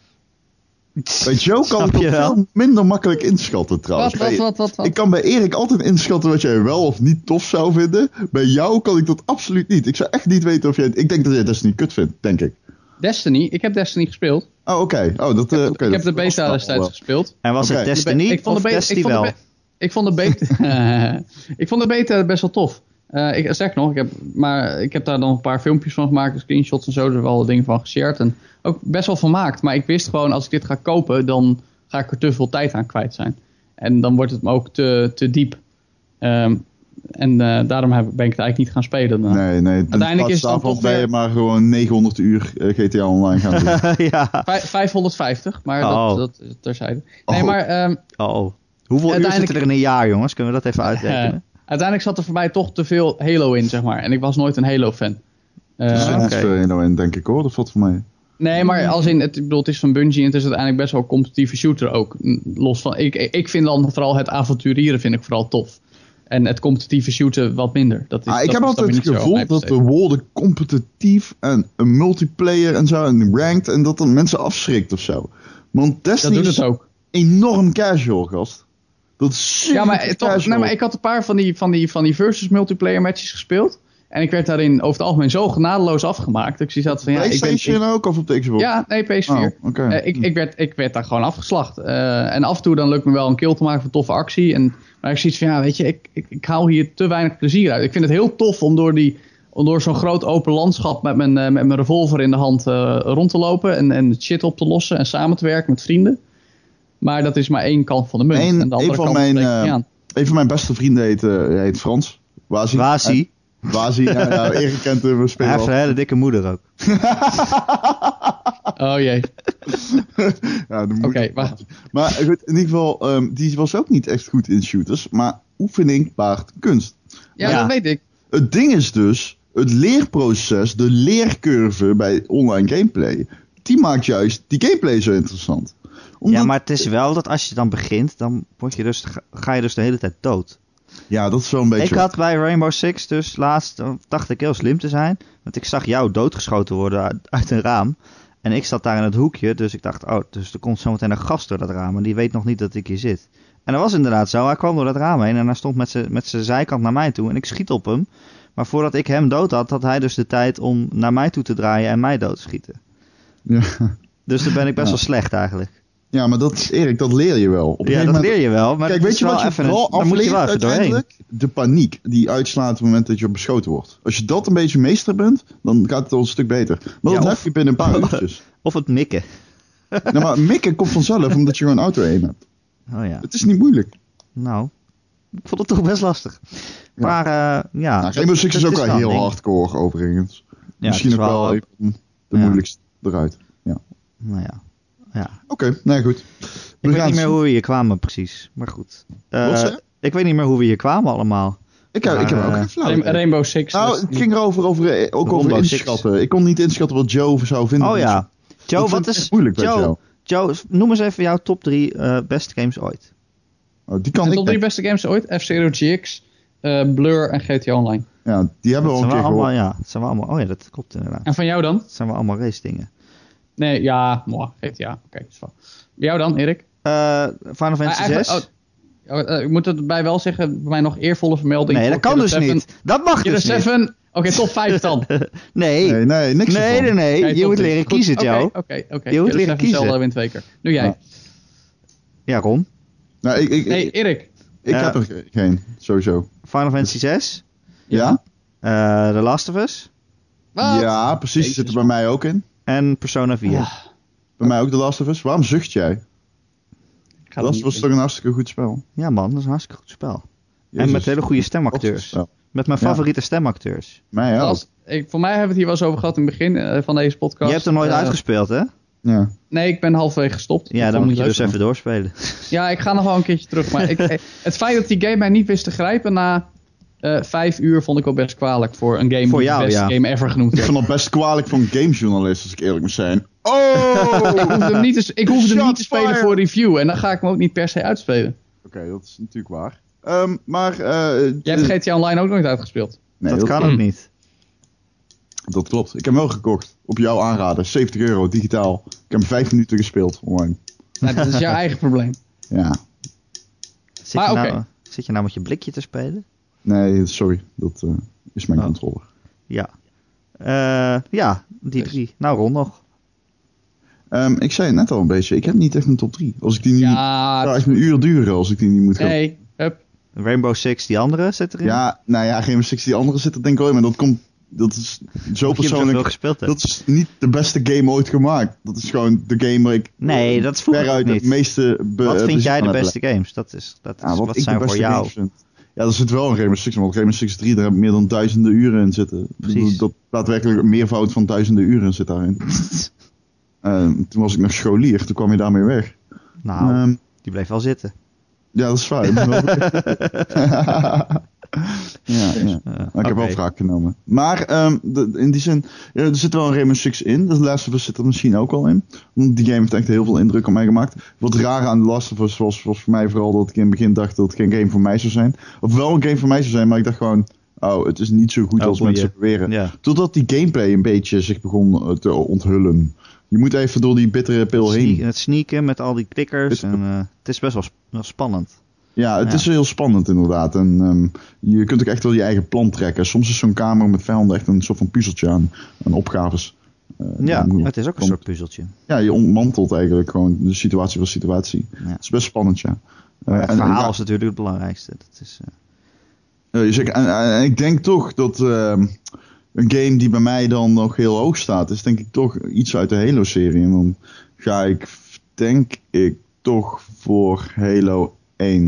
Bij Joe kan ik het veel minder makkelijk inschatten trouwens. Wat, wat, wat, wat, wat? Ik kan bij Erik altijd inschatten wat jij wel of niet tof zou vinden. Bij jou kan ik dat absoluut niet. Ik zou echt niet weten of jij... Ik denk dat jij Destiny kut vindt, denk ik. Destiny? Ik heb Destiny gespeeld. Oh, oké. Okay. Oh, dat, ik heb, uh, okay, ik dat heb de beta destijds gespeeld. En was okay. het Destiny ik vond of de Destiny wel? Be- ik vond de beta... ik vond de beta best wel tof. Uh, ik zeg nog, ik heb, maar ik heb daar dan een paar filmpjes van gemaakt, screenshots en zo, er wel dingen van geshared en ook best wel vermaakt. Maar ik wist gewoon, als ik dit ga kopen, dan ga ik er te veel tijd aan kwijt zijn. En dan wordt het me ook te, te diep. Um, en uh, daarom heb, ben ik het eigenlijk niet gaan spelen. Dan. Nee, nee. Uiteindelijk is het dan toch ben je weer... maar gewoon negenhonderd uur uh, G T A Online gaan doen. ja. Vijf, vijfhonderdvijftig, maar oh. dat, dat terzijde. Nee, oh. maar... Um, oh. Hoeveel uur zitten er in een jaar, jongens? Kunnen we dat even uitrekenen? Uh, uiteindelijk zat er voor mij toch te veel Halo in, zeg maar. En ik was nooit een Halo-fan. Uh, er zit niet okay. veel Halo in, denk ik hoor. Dat valt voor mij. Nee, maar als in, het, ik bedoel, het is van Bungie en het is uiteindelijk best wel een competitieve shooter ook. Los van, ik, ik vind dan vooral het avonturieren vind ik vooral tof. En het competitieve shooten wat minder. Dat is, ah, ik dat heb is altijd het gevoel dat de woorden competitief en een multiplayer en zo en ranked en dat dan mensen afschrikt of zo. Want Destiny dat doet is het ook. Enorm casual, gast. Dat is super ja, maar, toch, nee, maar ik had een paar van die, van, die, van die versus multiplayer matches gespeeld. En ik werd daarin over het algemeen zo genadeloos afgemaakt. Dat ik zoiets had van, ja, PlayStation ik ben, ik, ook of op de Xbox? Ja, nee, P S vier. Oh, okay. uh, ik, ik, werd, ik werd daar gewoon afgeslacht. Uh, en af en toe dan lukt me wel een kill te maken voor toffe actie. En, maar ik zoiets van, ja, weet je, ik, ik, ik haal hier te weinig plezier uit. Ik vind het heel tof om door, die, om door zo'n groot open landschap met mijn, uh, met mijn revolver in de hand uh, rond te lopen. En, en shit op te lossen en samen te werken met vrienden. Maar dat is maar één kant van de munt. Een, en de andere een, van kant mijn, uh, aan. een van mijn beste vrienden heet, uh, heet Frans. Wazi. Wazi. Wazi, ja, ja, Erik kent hem. We spelen Hij heeft een hele dikke moeder ook. oh jee. ja, Oké, okay, wacht. Maar goed, in ieder geval, um, die was ook niet echt goed in shooters. Maar oefening baart kunst. Ja, maar dat weet ik. Het ding is dus, het leerproces, de leercurve bij online gameplay, die maakt juist die gameplay zo interessant. Omdat... Ja, maar het is wel dat als je dan begint, dan word je dus, ga je dus de hele tijd dood. Ja, dat is wel een beetje... Ik had bij Rainbow Six dus laatst, dacht ik heel slim te zijn. Want ik zag jou doodgeschoten worden uit, uit een raam. En ik zat daar in het hoekje, dus ik dacht, oh, dus er komt zometeen een gast door dat raam. En die weet nog niet dat ik hier zit. En dat was inderdaad zo. Hij kwam door dat raam heen en hij stond met zijn met zijn zijkant naar mij toe. En ik schiet op hem. Maar voordat ik hem dood had, had hij dus de tijd om naar mij toe te draaien en mij dood te schieten. Ja. Dus dan ben ik best ja. wel slecht eigenlijk. Ja, maar dat, Erik, dat leer je wel. Op ja, dat moment... leer je wel. Maar kijk, weet je wat je vooral een... afleert je uiteindelijk? De paniek die uitslaat op het moment dat je beschoten wordt. Als je dat een beetje meester bent, dan gaat het al een stuk beter. Maar ja, dat of... heb je binnen een paar uurtjes. Of het mikken. Nou, maar mikken komt vanzelf omdat je gewoon auto-aim hebt. Oh ja. Het is niet moeilijk. Nou. ik vond het toch best lastig. Ja. Maar uh, ja. Nou, Rainbow Six dat, is ook dat wel heel een ding. hardcore overigens. Ja, Misschien het ook is wel, wel- even de Ja. moeilijkste eruit. Ja. Nou ja. ja. Oké, okay, nee goed. Ik We weet gaan niet meer zien. hoe we hier kwamen precies. Maar goed. Uh, Wat zei je? ik weet niet meer hoe we hier kwamen allemaal. Ik heb, ik heb Maar, ook uh, geen flauw. Rain- idee. Rainbow Six. Nou, dat is het niet- ging erover, over, eh, ook over Rainbow Six. inschatten. Ik kon niet inschatten wat Joe zou vinden. Oh ja. Joe, Ik vind wat het is... echt moeilijk bij Joe, Joe. Joe, noem eens even jouw top drie uh, beste games ooit. Oh, die kan de ik top drie denk- beste games ooit. F-Zero G X, uh, Blur en G T A Online. Ja, die hebben we Dat al zijn een wel keer allemaal, gehoord. ja, dat zijn wel allemaal... Oh ja, dat klopt inderdaad. En van jou dan? Dat zijn wel allemaal race dingen. Nee, ja, mooi, G T A. Oké, okay, is wel. Bij jou dan, Erik? Uh, Final Fantasy Ah, zes? eigenlijk- oh, oh, uh, ik moet erbij wel zeggen, bij mij nog eervolle vermelding. nee, dat voor kan Killer dus seven. niet. Dat mag Killer dus niet. seven. Oké, top vijf dan. Nee. Nee, Nee, nee, niks nee, ervan. nee. Oké, Je top moet drie. leren Goed, kiezen, oké, Joe. Oké, oké. Je moet Killer leren seven kiezen. Zelda win twee keer. Nu jij. Ja. Ja, Ron. Nou, ik, ik, Nee, ik, Erik. ik Ja. heb er ge- geen, sowieso. Final Fantasy zes. Ja? Uh, The Last of Us. Wat? Ja, precies. Die Jezus, zit er bij mij ook in. En Persona vier. Ah, Bij mij ook The Last of Us. Waarom zucht jij? ik ga The het Last niet of Us is toch een hartstikke goed spel? Ja man, dat is een hartstikke goed spel. Jezus. En met hele goede Wat stemacteurs. een spel. Met mijn Ja. favoriete stemacteurs. Mij ook. Als, ik, voor mij hebben we het hier wel eens over gehad in het begin uh, van deze podcast. Je hebt er nooit Uh, uitgespeeld, hè? Ja. Nee, ik ben halverwege gestopt. Ja, Ik dan vond moet het je leuk. dus even doorspelen. Ja, ik ga nog wel een keertje terug. Maar ik, eh, het feit dat die game mij niet wist te grijpen na uh, vijf uur vond ik wel best kwalijk voor een game Voor die jou, de beste ja. game ever genoemd Ik werd. vond het best kwalijk voor een gamejournalist, als ik eerlijk moet zijn. Oh! ik hoefde hem niet te, ik hoefde hem niet Shots te spelen fired. voor review. En dan ga ik hem ook niet per se uitspelen. Oké, dat is natuurlijk waar. Um, maar... Uh, Jij hebt G T A Online ook nooit uitgespeeld. nee, dat dat, kan kan. ook niet. dat klopt. Ik heb hem wel gekocht. Op jouw aanraden. zeventig euro, digitaal. Ik heb hem vijf minuten gespeeld online. Nou, dat is jouw eigen probleem. Ja. Zit, Maar je oké. nou, zit je nou met je blikje te spelen? Nee, sorry. Dat uh, is mijn Oh. controller. Ja. Uh, ja, die Dus. drie. Nou, Ron nog. Um, ik zei het net al een beetje. Ik heb niet echt een top drie. Als ik die niet... Ja, zou echt een uur duren als ik die niet moet gaan. nee. Hup. Rainbow Six, die andere zit erin. Ja, nou ja, geen Six die andere zit er denk ik wel in. Maar dat komt... Dat is zo Of je hem zoveel persoonlijk... gespeeld hebt. Dat is niet de beste game ooit gemaakt. Dat is gewoon de game waar ik... Nee, dat vroeg ik veruit niet. het meeste... Be- Wat vind plezier jij de van heb beste games? Dat is, dat is Ja, wat wat ik zijn de voor beste jou. games vind. Ja, er zit wel een Rainbow Six, want Rainbow Six drie, daar heb ik meer dan duizenden uren in zitten. Precies. Dat daadwerkelijk een meervoud van duizenden uren zit daarin. uh, toen was ik nog scholier, toen kwam je daarmee weg. Nou, Ehm, die bleef wel zitten. ja, dat is fijn. ja, ja. Uh, Maar ik heb wel wraak genomen. Maar um, de, in die zin, ja, er zit wel een Rainbow Six in. De Last of Us zit er misschien ook al in. Want die game heeft echt heel veel indruk op mij gemaakt. Wat raar aan The Last of Us was, was voor mij vooral dat ik in het begin dacht dat het geen game voor mij zou zijn. Of wel een game voor mij zou zijn, maar ik dacht gewoon... Oh, het is niet zo goed Oh, als boeien. mensen beweren. Ja. Totdat die gameplay een beetje zich begon uh, te onthullen. Je moet even door die bittere pil heen. Sneak- het sneaken met al die klikkers. Het- En, uh, het is best wel, sp- wel spannend. Ja, het Ja. is heel spannend inderdaad. En um, je kunt ook echt wel je eigen plan trekken. Soms is zo'n kamer met vijanden echt een soort van puzzeltje aan, aan opgaves. Uh, Ja, dan moet- het is ook een dan- soort puzzeltje. Ja, je ontmantelt eigenlijk gewoon de situatie voor situatie. Ja. Het is best spannend, ja. Uh, Het en- verhaal en- is natuurlijk het belangrijkste. Dat is, uh, Uh, zeker. En, en ik denk toch dat uh, een game die bij mij dan nog heel hoog staat, is denk ik toch iets uit de Halo-serie. En dan ga ik, denk ik, toch voor Halo één.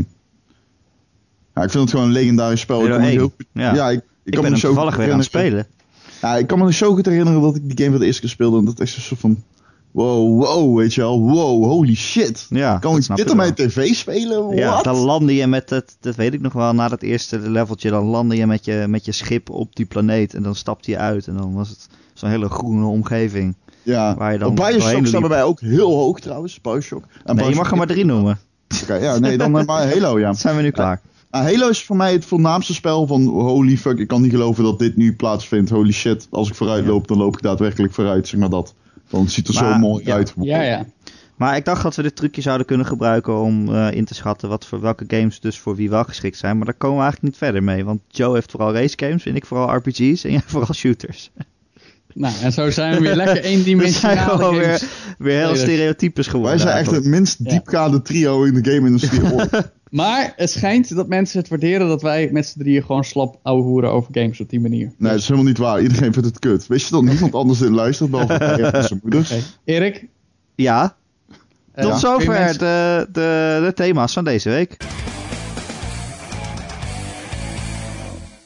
Ja, ik vind het gewoon een legendarisch spel. Halo ik kan me één, heel goed, ja. ja, ik, ik, ik kan ben me hem zo toevallig goed weer aan het herinneren- spelen. Ja, ik kan me zo goed herinneren dat ik die game voor de eerste keer speelde. En dat echt zo van, wow, wow, weet je wel. Wow, holy shit. Ja, Kan dat ik snap dit ik op wel. mijn tv spelen? What? Ja, dan landde je met het, dat weet ik nog wel, na dat eerste leveltje, dan landde je met je, met je schip op die planeet en dan stapte je uit en dan was het zo'n hele groene omgeving. Ja, waar je dan op doorheen Bioshock staan liep. bij mij ook heel hoog trouwens, Bioshock. En Nee, je Bioshock- mag er maar drie noemen. Oké, ja, nee, dan maar Halo, ja. Dan zijn we nu klaar. Ah, Halo is voor mij het voornaamste spel van holy fuck, ik kan niet geloven dat dit nu plaatsvindt. Holy shit, als ik vooruit Ja. loop, dan loop ik daadwerkelijk vooruit, zeg maar dat. Want het ziet er Maar, zo mooi ja. uit. Ja, ja. Maar ik dacht dat we dit trucje zouden kunnen gebruiken om uh, in te schatten wat voor welke games dus voor wie wel geschikt zijn. Maar daar komen we eigenlijk niet verder mee. Want Joe heeft vooral race games en ik vooral R P G's en jij vooral shooters. Nou, en zo zijn we weer lekker We zijn eendimensionale gewoon games. weer, weer heel Nee, dat- stereotypes geworden. Wij zijn echt eigenlijk. het minst Ja. diepgaande trio in de game-industrie ooit. Maar het schijnt dat mensen het waarderen dat wij met z'n drieën gewoon slap ouwe hoeren over games op die manier. Nee, dat is helemaal niet waar. Iedereen vindt het kut. Weet je dat niemand anders in luistert, behalve hij en zijn moeder? Oké. Erik? Ja, eh, tot kun je zover mensen- de, de, de thema's van deze week.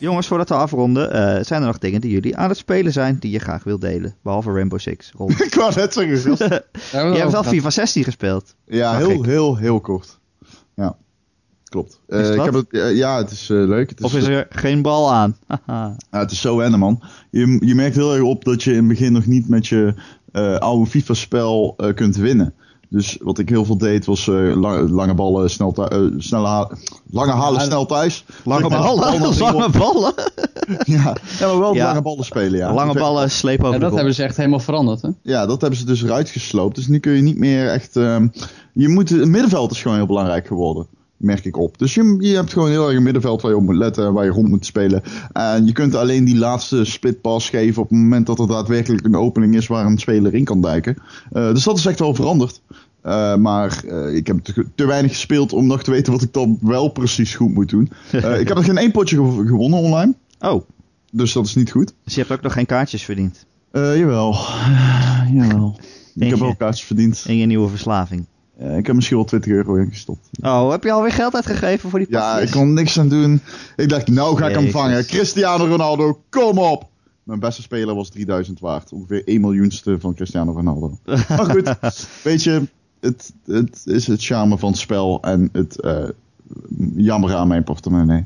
jongens, voordat we afronden, uh, zijn er nog dingen die jullie aan het spelen zijn die je graag wilt delen? Behalve Rainbow Six. Ron. Ik wou net zeggen. Je hebt wel FIFA zestien gespeeld. Ja, heel, heel, heel, heel kort. Ja, klopt. Uh, Is het ik heb het, uh, ja, het is uh, leuk. Het is, of is er geen bal aan? ja, het is zo wennen, man. Je, je merkt heel erg op dat je in het begin nog niet met je uh, oude FIFA-spel uh, kunt winnen. Dus wat ik heel veel deed was uh, lange, lange ballen, snel thu- uh, snelle ha- lange halen, Ja, snel thuis. Lange Zeg maar, ballen? allemaal Lange ballen? ja, ja, maar wel Ja. lange ballen spelen, ja. Lange Ik weet- ballen slepen over Ja, de dat goal. hebben ze echt helemaal veranderd, hè? Ja, dat hebben ze dus eruit gesloopt. Dus nu kun je niet meer echt... Um, je moet, het middenveld is gewoon heel belangrijk geworden. Merk ik op. Dus je, je hebt gewoon heel erg een middenveld waar je op moet letten. Waar je rond moet spelen. En je kunt alleen die laatste split pass geven op het moment dat er daadwerkelijk een opening is waar een speler in kan duiken. Uh, dus dat is echt wel veranderd. Uh, maar uh, ik heb te, te weinig gespeeld om nog te weten wat ik dan wel precies goed moet doen. Uh, ik heb nog geen één potje gew- gewonnen online. Oh, Dus dat is niet goed. dus je hebt ook nog geen kaartjes verdiend. Uh, jawel. jawel. Ik heb wel kaartjes verdiend. In je nieuwe verslaving. Uh, ik heb misschien wel twintig euro in gestopt. Oh, heb je alweer geld uitgegeven voor die Ja, pakjes? ik kon niks aan doen. Ik dacht, nou ga ik hem Jezus. vangen. Cristiano Ronaldo, kom op! Mijn beste speler was drieduizend waard. Ongeveer één miljoenste van Cristiano Ronaldo. Maar goed, weet je, het, het is het charme van het spel en het uh, jammer aan mijn portemonnee.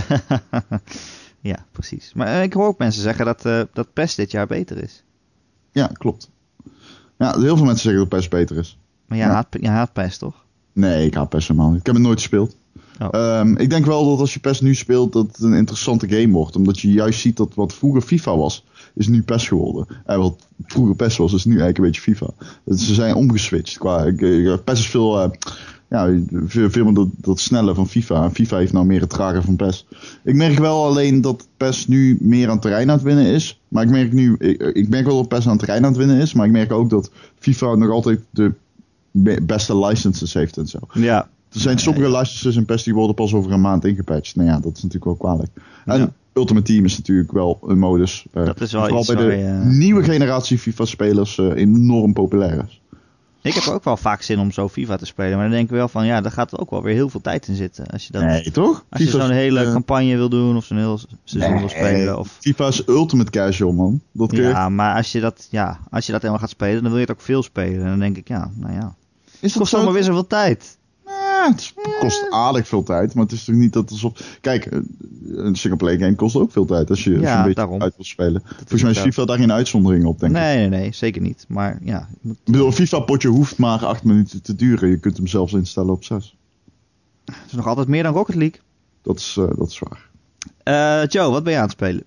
Ja, precies. Maar uh, ik hoor ook mensen zeggen dat, uh, dat PES dit jaar beter is. Ja, klopt. Ja, heel veel mensen zeggen dat PES beter is. Maar jij Ja. haat, jij haat PES, toch? Nee, ik haat PES helemaal niet. Ik heb het nooit gespeeld. Oh. Um, ik denk wel dat als je PES nu speelt, dat het een interessante game wordt. Omdat je juist ziet dat wat vroeger FIFA was, is nu PES geworden. En wat vroeger PES was, is nu eigenlijk een beetje FIFA. Dus ze zijn omgeswitcht. Qua, uh, PES is veel, uh, ja, veel, veel meer dat, dat snelle van FIFA. En FIFA heeft nou meer het trage van PES. Ik merk wel alleen dat PES nu meer aan terrein aan het winnen is. Maar ik merk nu, ik, ik merk wel dat PES aan terrein aan het winnen is. Maar ik merk ook dat FIFA nog altijd de be- beste licenses heeft en zo. Ja. Er zijn sommige licenses in PES die worden pas over een maand ingepatcht. Nou ja, dat is natuurlijk wel kwalijk. En Ja. Ultimate Team is natuurlijk wel een modus. Uh, Dat is wel vooral iets bij de waar je- nieuwe generatie FIFA-spelers uh, enorm populair is. Ik heb ook wel vaak zin om zo FIFA te spelen. Maar dan denk ik wel van, ja, daar gaat ook wel weer heel veel tijd in zitten. Als je, dat, Nee, toch? als je FIFA is, zo'n hele uh, campagne wil doen of zo'n heel seizoen wil nee, spelen. Of... FIFA is ultimate casual, man. Dat kun je... Ja, maar als je, dat, ja, als je dat helemaal gaat spelen, dan wil je het ook veel spelen. En dan denk ik, ja, nou ja. Is Het dat kost allemaal weer zoveel tijd. Ja, het kost aardig veel tijd, maar het is toch niet dat alsof... Kijk, een singleplayer game kost ook veel tijd als je, als je Ja, een beetje daarom. uit wil spelen. Volgens mij is inderdaad. FIFA daar geen uitzondering op, denk ik. Nee, nee, nee, zeker niet. Maar ja, je moet- Ik bedoel, een FIFA-potje hoeft maar acht minuten te duren. Je kunt hem zelfs instellen op zes. het is nog altijd meer dan Rocket League. Dat is, uh, dat is waar. Eh, Joe, wat ben je aan het spelen?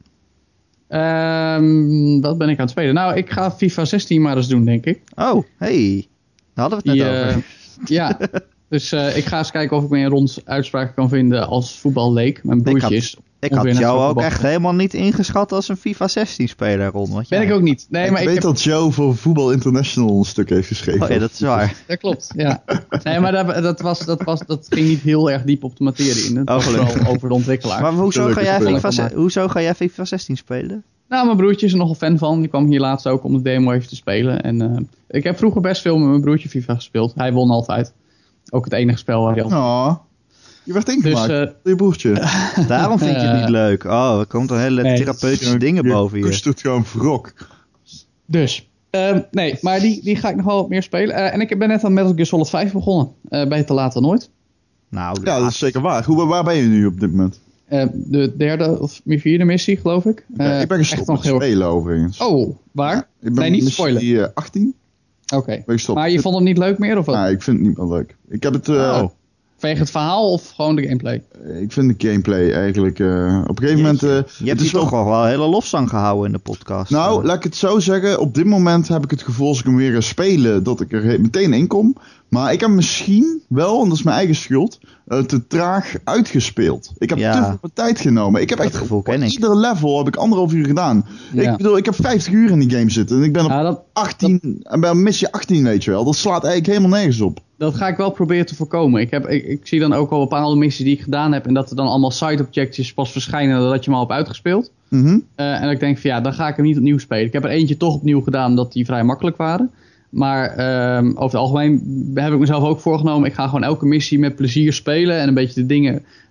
Um, wat ben ik aan het spelen? Nou, ik ga FIFA zestien maar eens doen, denk ik. Oh, hey. Daar hadden we het net Die, over. uh, ja, dus uh, ik ga eens kijken of ik me een rond uitspraak kan vinden als voetbal leek. Mijn broertje had- is Ik ongeveer had net jou zo ook voetbal- echt helemaal niet ingeschat als een FIFA zestien speler, Ron. Want Ben ja. ik ook niet. Nee, ik maar weet ik heb... dat Joe voor Voetbal International een stuk heeft geschreven. Oh ja, dat is waar. Dat klopt, ja. Nee, maar dat, dat, was, dat, was, dat ging niet heel erg diep op de materie in. Het Oh, was gelukkig. vooral over de ontwikkelaar. Maar hoezo ga, Gelukkig jij wel. FIFA, ze- hoezo ga jij FIFA zestien spelen? Nou, mijn broertje is er nogal fan van. Die kwam hier laatst ook om de demo even te spelen. En uh, ik heb vroeger best veel met mijn broertje FIFA gespeeld. Hij won altijd. Ook het enige spel waar hij altijd... Oh, je werd ingemaakt Dus, uh, door je broertje. Daarom vind je het niet leuk. Oh, er komt een hele Nee, therapeutische dingen je boven je. koestert gewoon wrok. Dus, uh, nee, maar die, die ga ik nog wel wat meer spelen. Uh, en ik ben net aan Metal Gear Solid vijf begonnen. Uh, bij te laat dan nooit. Nou, Ja, dat is zeker waar. Hoe, waar ben je nu op dit moment? Uh, de derde of vierde missie, geloof ik. Uh, Ja, ik ben gestopt echt met nog heel... spelen overigens. Oh, waar? Ik ben Nee, niet missie, spoilen. uh, achttien. Oké. Ben ik gestopt. Maar je vond het niet leuk meer of wat? Nee, ik vind het niet meer leuk. Ik heb het... Uh, Oh. Vanwege het verhaal of gewoon de gameplay? Ik vind de gameplay eigenlijk... Uh, op een gegeven moment... Uh, je het hebt is hier toch wel een hele lofzang gehouden in de podcast. Nou, Uh, laat ik het zo zeggen. Op dit moment heb ik het gevoel als ik hem weer ga spelen, dat ik er he- meteen in kom. Maar ik heb misschien wel, en dat is mijn eigen schuld, uh, te traag uitgespeeld. Ik heb Ja. te veel tijd genomen. Ik heb Dat echt gevoel op ken ik. ieder level heb ik anderhalf uur gedaan. Ja. Ik bedoel, ik heb vijftig uur in die game zitten. En ik ben op Ja, dat, achttien, en bij missie achttien, weet je wel. Dat slaat eigenlijk helemaal nergens op. dat ga ik wel proberen te voorkomen. Ik, heb, ik, ik zie dan ook al bepaalde missies die ik gedaan heb. En dat er dan allemaal side objectives pas verschijnen nadat je hem al hebt uitgespeeld. Mhm. Uh, en dat ik denk van ja, dan ga ik hem niet opnieuw spelen. Ik heb er eentje toch opnieuw gedaan dat die vrij makkelijk waren. Maar um, over het algemeen heb ik mezelf ook voorgenomen. Ik ga gewoon elke missie met plezier spelen. En een beetje de dingen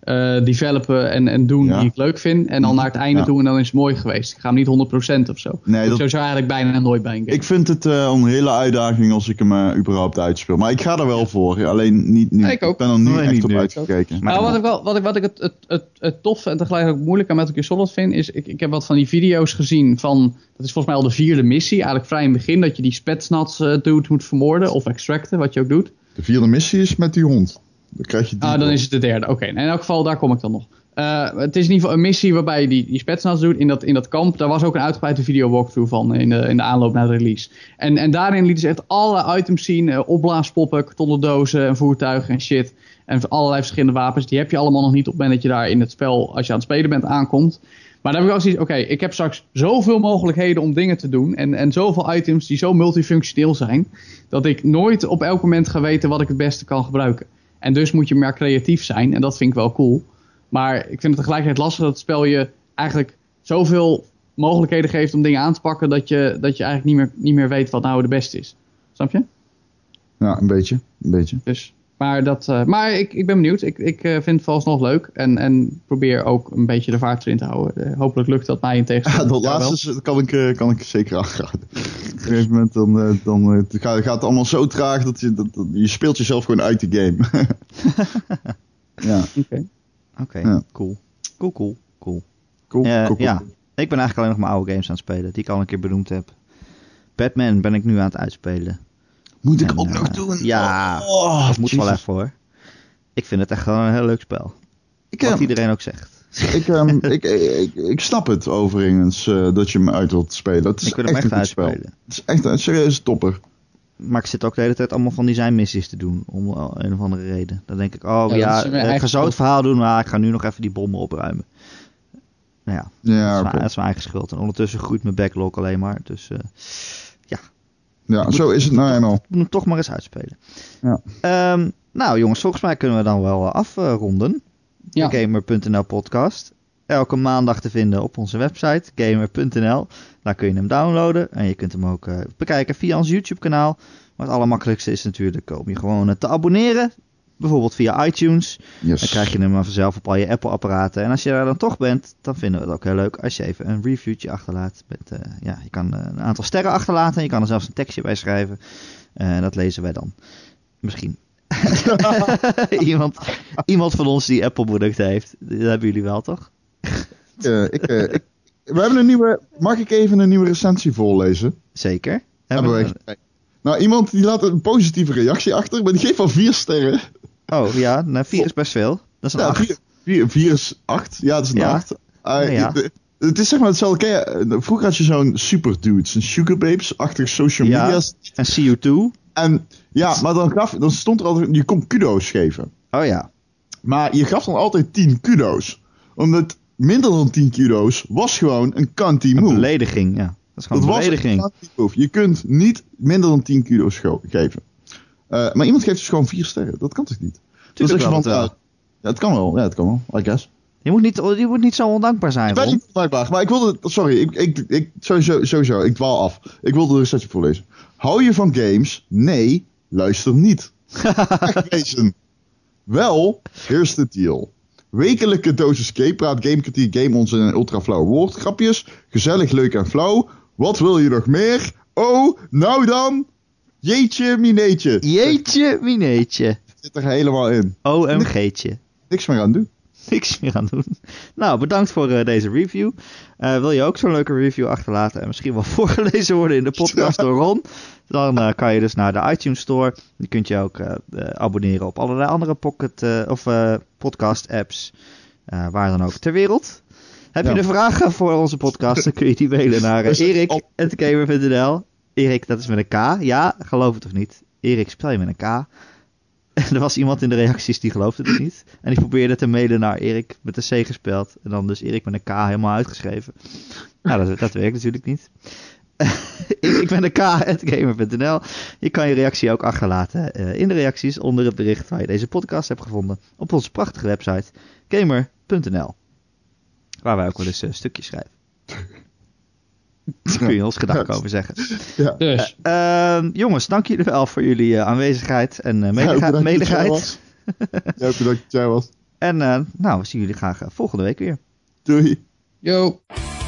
uh, developen en, en doen Ja. die ik leuk vind. En dan naar het einde Ja. toe en dan is het mooi geweest. Ik ga hem niet honderd procent of zo. Nee, dat dat- zou eigenlijk bijna nooit bij een game. Ik vind het uh, een hele uitdaging als ik hem uh, überhaupt uitspeel. Maar ik ga er wel voor. Alleen niet nu. Ja, ik ook. ben er nu Nee, echt niet op nu. uitgekeken. Maar Nou, dan- wat ik, wel, wat ik, wat ik het, het, het, het toffe en tegelijk ook moeilijk aan Metal Gear Solid vind, is ik, ik heb wat van die video's gezien van, dat is volgens mij al de vierde missie, eigenlijk vrij in het begin, dat je die Spetsnaz uh, dude moet vermoorden of extracten, wat je ook doet. De vierde missie is met die hond. Dan krijg je die Ah, dan is het de derde. Oké, okay. In elk geval, daar kom ik dan nog. Uh, het is in ieder geval een missie waarbij je die, die Spetsnaz doet in dat, in dat kamp. Daar was ook een uitgebreide video walkthrough van in de, in de aanloop naar de release. En, en daarin lieten ze echt alle items zien. Uh, opblaaspoppen, kartonnen dozen en voertuigen en shit. En allerlei verschillende wapens. Die heb je allemaal nog niet op het moment dat je daar in het spel, als je aan het spelen bent, aankomt. Maar dan heb ik wel zoiets, oké, okay, ik heb straks zoveel mogelijkheden om dingen te doen. En, en zoveel items die zo multifunctioneel zijn. Dat ik nooit op elk moment ga weten wat ik het beste kan gebruiken. En dus moet je meer creatief zijn. En dat vind ik wel cool. Maar ik vind het tegelijkertijd lastig dat het spel je eigenlijk zoveel mogelijkheden geeft om dingen aan te pakken. Dat je, dat je eigenlijk niet meer, niet meer weet wat nou de beste is. Snap je? Ja, een beetje. Een beetje. Dus, maar dat, uh, maar ik, ik ben benieuwd. Ik, ik uh, vind het vooralsnog leuk. En, en probeer ook een beetje de vaart erin te houden. Uh, hopelijk lukt dat mij in tegenstelling. Ja, dat laatste is- kan ik, uh, kan ik zeker aanraden. Op een gegeven moment dan, uh, dan uh, het gaat, gaat het allemaal zo traag dat je, dat, dat- je speelt jezelf gewoon uit de game. ja, Oké. Oké, okay, Ja. cool. Cool, cool, cool. cool, Eh, cool, cool. Ja, ik ben eigenlijk alleen nog mijn oude games aan het spelen, die ik al een keer benoemd heb. Batman ben ik nu aan het uitspelen. Moet ik En, ook uh, nog doen? Ja, Oh, dat moet wel Jesus. even hoor. Ik vind het echt gewoon een heel leuk spel. Ik, Wat um, iedereen ook zegt. ik, um, ik, ik, ik snap het overigens uh, dat je hem uit wilt spelen. Het is Ik wil hem echt echt een goed spel. uitspelen. Het is echt een serieuze topper. Maar ik zit ook de hele tijd allemaal van die zijn missies te doen. Om een of andere reden. Dan denk ik, oh Ja, ja, dat is mijn ik eigen ga zo het schuld. verhaal doen. Maar ik ga nu nog even die bommen opruimen. Nou ja, dat, Ja, is oké. mijn, dat is mijn eigen schuld. En ondertussen groeit mijn backlog alleen maar. Dus uh, Ja, zo is het nou eenmaal. ik moet hem toch maar eens uitspelen. Ja. Um, nou jongens, volgens mij kunnen we dan wel afronden. Ja. De Gamer punt n l podcast. Elke maandag te vinden op onze website, gamer punt n l. Daar kun je hem downloaden. En je kunt hem ook uh, bekijken via ons YouTube kanaal. Maar het allermakkelijkste is natuurlijk om je gewoon uh, te abonneren. Bijvoorbeeld via iTunes. Yes. Dan krijg je hem vanzelf op al je Apple apparaten. En als je daar dan toch bent, dan vinden we het ook heel leuk als je even een reviewtje achterlaat. Met, uh, ja, je kan uh, een aantal sterren achterlaten en je kan er zelfs een tekstje bij schrijven. En uh, dat lezen wij dan. Misschien. iemand, iemand van ons die Apple producten heeft. Dat hebben jullie wel, toch? Uh, ik, uh, ik, we hebben een nieuwe... Mag ik even een nieuwe recensie voorlezen? Zeker. Hebben we echt. Nou, iemand die laat een positieve reactie achter, maar die geeft al vier sterren. Oh ja, nou, vier is best veel. Dat is een Ja, acht. vier, vier, vier is acht. Ja, dat is een Ja. acht. Uh, Nee, ja. het, het is zeg maar hetzelfde. Ken je, vroeger had je zo'n super dudes, een sugar babes-achtig social Ja. media. En C U twee. En ja, maar dan, gaf, dan stond er altijd, je kon kudo's geven. Oh ja. Maar je gaf dan altijd tien kudo's. Omdat minder dan tien kudo's was gewoon een kanty Een move. belediging, ja. Dat is gewoon Dat een was een belediging. kanty move. Je kunt niet minder dan tien kudo's go- geven. Uh, maar iemand geeft dus gewoon vier sterren. Dat kan toch niet? Dan zeg je wel, van, dat wel. ja, ja, het kan wel. Ja, het kan wel, I guess. Je moet niet, je moet niet zo ondankbaar zijn, Ik ben Ron. niet blijkbaar, maar ik wilde... Sorry, ik, ik, ik, sowieso, sowieso, ik dwaal af. Ik wilde de recensie voorlezen. Hou je van games? Nee, luister niet. Wegwezen. Wel, here's the deal. Wekelijke dosis Game Praat, Game Kritiek, Game Ons en ultra flauwe woordgrapjes. Gezellig, leuk en flauw. Wat wil je nog meer? Oh, nou dan. Jeetje, mineetje. Jeetje, mineetje. Zit er helemaal in. O M G'tje. Niks meer aan doen. Niks meer aan doen. Nou, bedankt voor uh, deze review. Uh, wil je ook zo'n leuke review achterlaten en misschien wel voorgelezen worden in de podcast door Ron? Dan uh, kan je dus naar de iTunes Store. Je kunt je ook uh, uh, abonneren op allerlei andere pocket, uh, of, uh, podcast apps. Uh, waar dan ook ter wereld. Heb Ja. je een vraag voor onze podcast, dan kun je die mailen naar uh, erik at gamer punt n l. Erik, dat is met een K. Ja, geloof het of niet. Erik spel je met een K. Er was iemand in de reacties die geloofde het niet. En die probeerde te mailen naar Erik met een C gespeld. En dan dus Erik met een K helemaal uitgeschreven. Nou, dat, dat werkt natuurlijk niet. Erik met een K at gamer punt n l. Je kan je reactie ook achterlaten uh, in de reacties onder het bericht waar je deze podcast hebt gevonden. Op onze prachtige website gamer punt n l. Waar wij ook wel eens uh, stukjes schrijven. Daar kun je ons gedachten over zeggen. Ja. Dus, Uh, jongens, dank jullie wel voor jullie uh, aanwezigheid en uh, Ja, medigheid. bedankt dat jij medigheid. was. Ja, bedankt dat jij was. En uh, nou, we zien jullie graag uh, volgende week weer. Doei. Yo.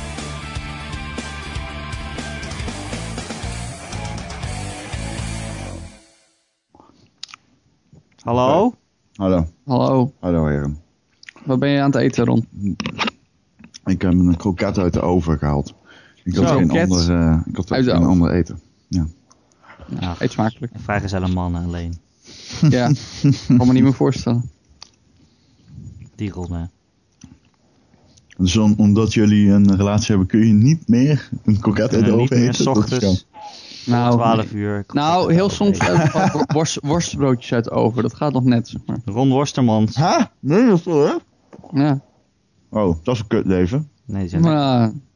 Hallo? Hallo. Hallo. Hallo heren. Wat ben je aan het eten, Ron? Ik heb een kroket uit de oven gehaald. Ik had Zo, geen kroket ander, uh, ik had uit de geen oven. ander eten. Ja. Ja, eet smakelijk. Een vrijgezelle man alleen. Ja, kan me niet meer voorstellen. Die Ron, hè. Dus om, omdat jullie een relatie hebben, kun je niet meer een kroket uit de Niet oven meer eten? 's Dat is ochtends, Nou, twaalf uur. nou heel soms uit, oh, worst, worstbroodjes uit de oven. Dat gaat nog net, zeg maar. Ron Worstermans. Ha? Nee, dat is wel, hè? Ja. Oh, dat is een kutleven. Nee, die zijn Maar,